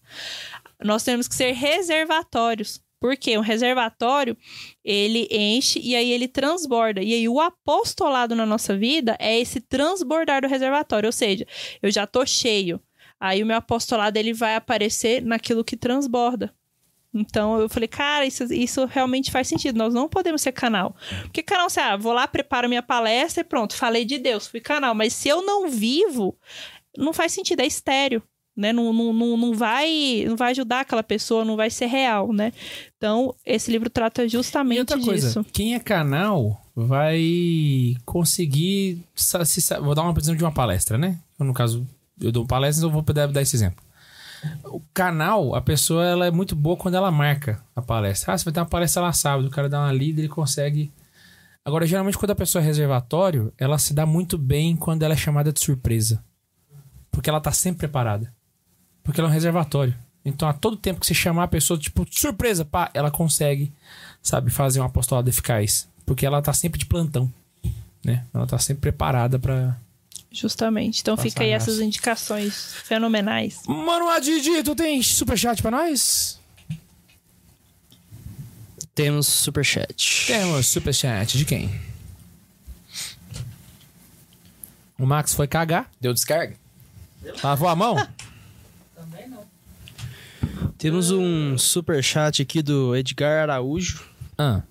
Nós temos que ser reservatórios. Por quê? Um reservatório, ele enche e aí ele transborda. E aí o apostolado na nossa vida é esse transbordar do reservatório. Ou seja, eu já tô cheio. Aí o meu apostolado, ele vai aparecer naquilo que transborda. Então, eu falei, cara, isso, isso realmente faz sentido. Nós não podemos ser canal. Porque canal, você, ah, vou lá, preparo minha palestra e pronto, falei de Deus, fui canal. Mas se eu não vivo, não faz sentido, é estéreo, né? Não, não, não, não, vai, não vai ajudar aquela pessoa, não vai ser real, né? Então, esse livro trata justamente e outra coisa, disso. Quem é canal vai conseguir... Se, vou dar uma exemplo de uma palestra, né? No caso, eu dou palestras, eu vou poder dar esse exemplo. O canal, a pessoa ela é muito boa quando ela marca a palestra. Ah, você vai ter uma palestra lá sábado, o cara dá uma lida, ele consegue. Agora, geralmente, quando a pessoa é reservatório, ela se dá muito bem quando ela é chamada de surpresa. Porque ela tá sempre preparada. Porque ela é um reservatório. Então, a todo tempo que você chamar a pessoa, tipo, surpresa, pá, ela consegue, sabe, fazer um apostolado eficaz. Porque ela tá sempre de plantão, né? Ela tá sempre preparada pra... Justamente. Então Passa fica aí graça. essas indicações fenomenais. Mano, Adidi, tu tem superchat pra nós? Temos superchat. Temos superchat. De quem? O Max foi cagar. Deu descarga? Lavou a mão? Também não. Temos um superchat aqui do Edgar Araújo. Ah.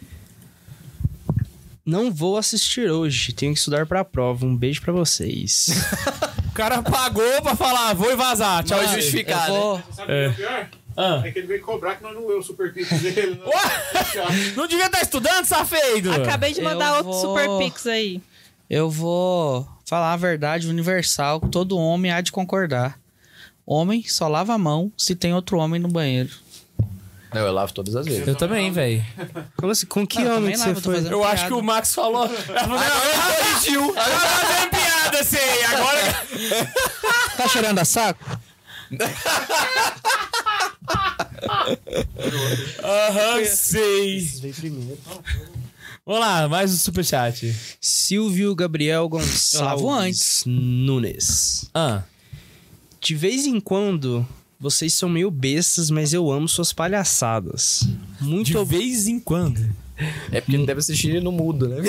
Não vou assistir hoje, tenho que estudar pra prova. Um beijo pra vocês. O cara pagou pra falar, vou e vazar. Tchau, Mano, justificar, eu vou- né? Sabe o que é o pior? Ah. É que ele veio cobrar que nós não leu o super pix dele. Não. Ué? Não devia estar estudando, safedo? Acabei de mandar Eu outro vou- Super Pix aí. Eu vou falar a verdade universal, que todo homem há de concordar. Homem só lava a mão se tem outro homem no banheiro. Não, eu lavo todas as vezes. Eu também, velho. Como assim? Com que Não, eu homem também que lavo, você tô foi? fazendo- Eu acho piada. que o Max falou. Agora corrigiu. Agora tá fazendo piada, sei. Agora. Tá cheirando a saco? Aham, sei. Veio primeiro. Vamos lá, mais um superchat. Silvio Gabriel Eu lavo Gonçalves Nunes. Ah, De vez em quando, vocês são meio bestas, mas eu amo suas palhaçadas. Muito de ob- vez em quando. É porque não deve assistir no mudo, né?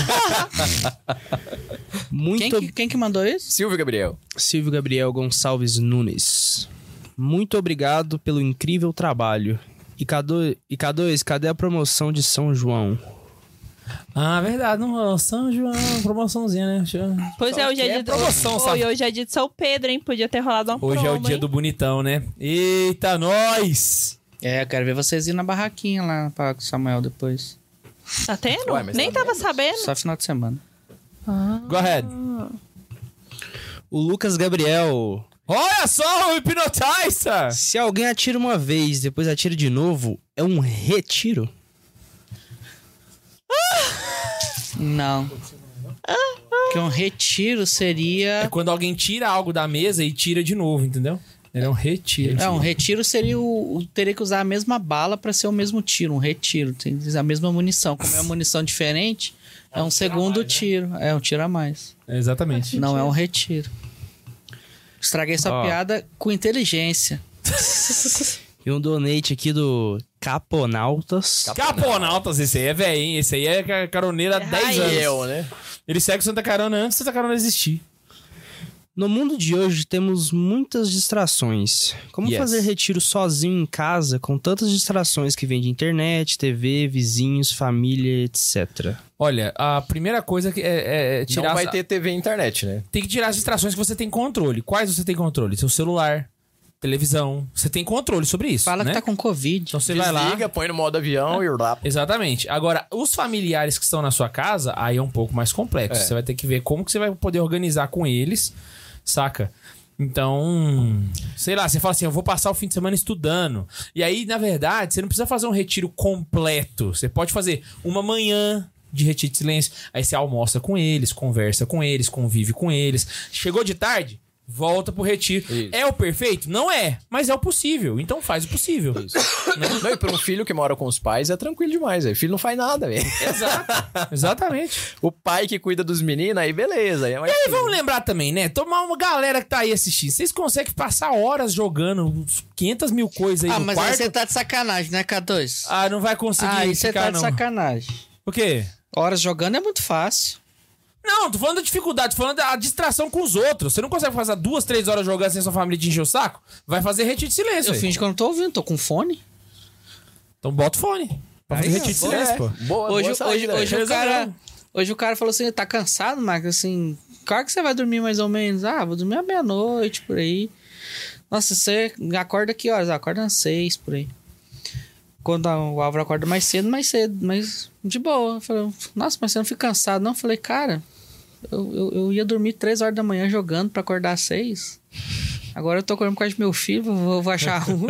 Muito Quem que, quem que mandou isso? Silvio Gabriel. Silvio Gabriel Gonçalves Nunes. Muito obrigado pelo incrível trabalho. E K dois, e K dois, cadê a promoção de São João? Ah, verdade. Não, São João, promoçãozinha, né? Pois é, hoje é, que é dia promoção, do... sabe? Oi, hoje é dia de São Pedro, hein? Podia ter rolado uma Hoje é o promo, dia hein? do bonitão, né? Eita, nós! É, eu quero ver vocês ir na barraquinha lá pra Samuel depois. Tá tendo? Ué, mas Nem tá tava sabendo. Só final de semana. Go ahead. O Lucas Gabriel. Olha só o Hipnotizer! Se alguém atira uma vez, depois atira de novo, é um retiro? Não. Porque um retiro É seria... quando alguém tira algo da mesa e tira de novo, entendeu? Ele é um retiro. Não, um retiro seria o, o... Teria que usar a mesma bala pra ser o mesmo tiro. Um retiro. Tem que usar a mesma munição. Como é uma munição diferente, é um segundo tiro. É um tiro a mais. Exatamente. Não é um retiro. Estraguei essa Ó. piada com inteligência. E um donate aqui do Caponautas. Caponautas, esse aí é velho, hein? Esse aí é ca- caroneiro há É dez raiz. anos. Eu, né? Ele segue Santa Carona antes de Santa Carona existir. No mundo de hoje temos muitas distrações. Como Yes. fazer retiro sozinho em casa com tantas distrações que vem de internet, T V, vizinhos, família, etcétera. Olha, a primeira coisa que é, é tirar... Não vai as- ter T V e internet, né? Tem que tirar as distrações que você tem controle. Quais você tem controle? Seu celular, televisão. Você tem controle sobre isso, Fala né? que tá com Covid. Então você vai lá... Desliga, põe no modo avião e lá. Exatamente. Agora, os familiares que estão na sua casa, aí é um pouco mais complexo. É. Você vai ter que ver como que você vai poder organizar com eles, saca? Então, sei lá, você fala assim, eu vou passar o fim de semana estudando. E aí, na verdade, você não precisa fazer um retiro completo. Você pode fazer uma manhã de retiro de silêncio. Aí você almoça com eles, conversa com eles, convive com eles. Chegou de tarde? Volta pro retiro. Isso. É o perfeito? Não é, mas é o possível. Então faz o possível. Não, e pra um filho que mora com os pais é tranquilo demais. Aí. O filho não faz nada, velho. Exato. Exatamente. O pai que cuida dos meninos, aí beleza. Aí é mais E aí, simples. vamos lembrar também, né? Tomar uma galera que tá aí assistindo. Vocês conseguem passar horas jogando uns quinhentas mil coisas aí Ah, no mas quarto? aí você tá de sacanagem, né, K dois? Ah, não vai conseguir Aí você ficar, tá de não. sacanagem. O quê? Horas jogando é muito fácil. Não, tô falando da dificuldade, tô falando da distração com os outros. Você não consegue passar duas, três horas jogando sem sua família te encher o saco? Vai fazer retiro de silêncio. Eu aí. finjo que eu não tô ouvindo, tô com fone. Então bota o fone. Pra fazer Aí, retiro de ó, silêncio, É, pô. boa, Hoje, boa hoje, saída, hoje, velho. o cara, hoje o cara falou assim, tá cansado, Marcos? Assim, claro que você vai dormir mais ou menos. Ah, vou dormir à meia-noite, por aí. Nossa, você acorda que horas? Ah, acorda às seis, por aí. Quando o Álvaro acorda mais cedo, mais cedo, mas de boa. Eu falei, nossa, mas você não fica cansado, não? Eu falei, cara... Eu, eu, eu ia dormir três horas da manhã jogando pra acordar às seis. Agora eu tô acordando por causa do meu filho, vou, vou achar ruim.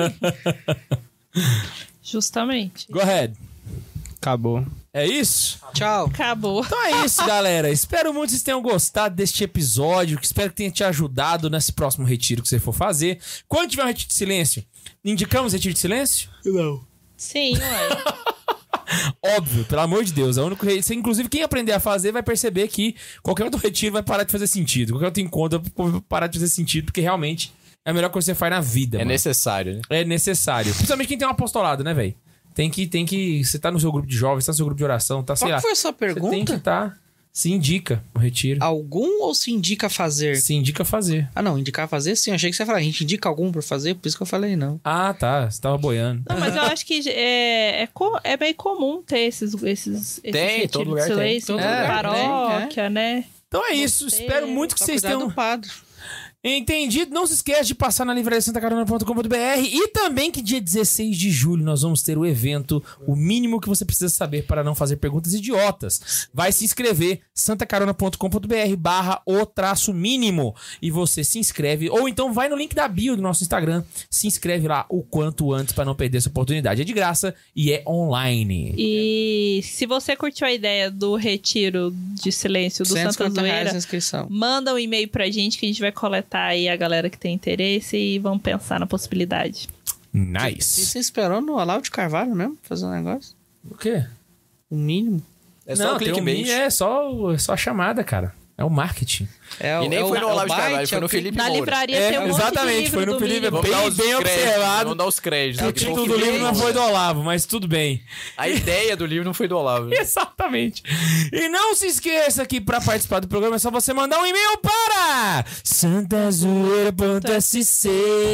Justamente. Go ahead. Acabou. É isso? Tchau. Acabou. Então é isso, galera. Espero muito que vocês tenham gostado deste episódio. Espero que tenha te ajudado nesse próximo retiro que você for fazer. Quando tiver um retiro de silêncio, indicamos retiro de silêncio? Sim, ué. Óbvio, pelo amor de Deus. É o único re- você, inclusive, quem aprender a fazer vai perceber que qualquer outro retiro vai parar de fazer sentido. Qualquer outro encontro vai parar de fazer sentido, porque realmente é a melhor coisa que você faz na vida. É mano. necessário, né? É necessário. Principalmente quem tem um apostolado, né, velho? Tem que, tem que. Você tá no seu grupo de jovens, tá no seu grupo de oração, tá, sei Qual lá. que foi a sua Você tem que pergunta? tá. Se indica o retiro. Algum ou se indica fazer? Se indica fazer. Ah, não, indicar fazer sim. Eu achei que você ia falar, a gente indica algum pra fazer, por isso que eu falei não. Ah, tá. Você tava boiando. Não, mas eu acho que é, é, co- é bem comum ter esses, esses, esses Tem, retiros todo de lugar tem. silêncio, Todo em lugar paróquia, né? Então é isso. Você- Espero muito que Só vocês cuidar tenham do padre. entendido. Não se esqueça de passar na livraria santa carona ponto com ponto b r e também que dia dezesseis de julho nós vamos ter o evento, o mínimo que você precisa saber para não fazer perguntas idiotas. Vai se inscrever, santa carona ponto com ponto b r barra o traço mínimo e você se inscreve, ou então vai no link da bio do nosso Instagram, se inscreve lá o quanto antes para não perder essa oportunidade. É de graça e é online. E se você curtiu a ideia do retiro de silêncio do cento e Santa cinquenta reais Zoeira, a inscrição. manda um e-mail pra gente que a gente vai coletar aí a galera que tem interesse e vamos pensar na possibilidade. E Nice. você esperou no Olavo de Carvalho mesmo fazer um negócio? O quê? O mínimo. É só Não, o tem um clickbait. meme, é só, é só a chamada, cara. É o marketing. É, E nem é foi o, no é o Olavo de Carvalho, Byte, foi é no o Felipe Na Moura. livraria É, tem um monte exatamente, de livro foi no do Felipe- Mínimo. Vamos dar Bem- os bem créditos, observado. Vamos dar os créditos. O aqui. título Foi do o livro não Felipe foi do Moura. Olavo, mas tudo bem. A ideia do livro não foi do Olavo. Exatamente. E não se esqueça que pra participar do programa é só você mandar um e-mail para santazoeira ponto s c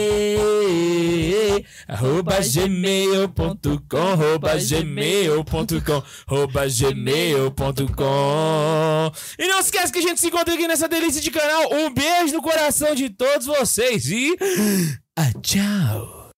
arroba gmail ponto com arroba gmail ponto com arroba gmail ponto com. E não se esqueça que a gente se encontra aqui nessa delícia de canal. Um beijo no coração de todos vocês e ah, tchau.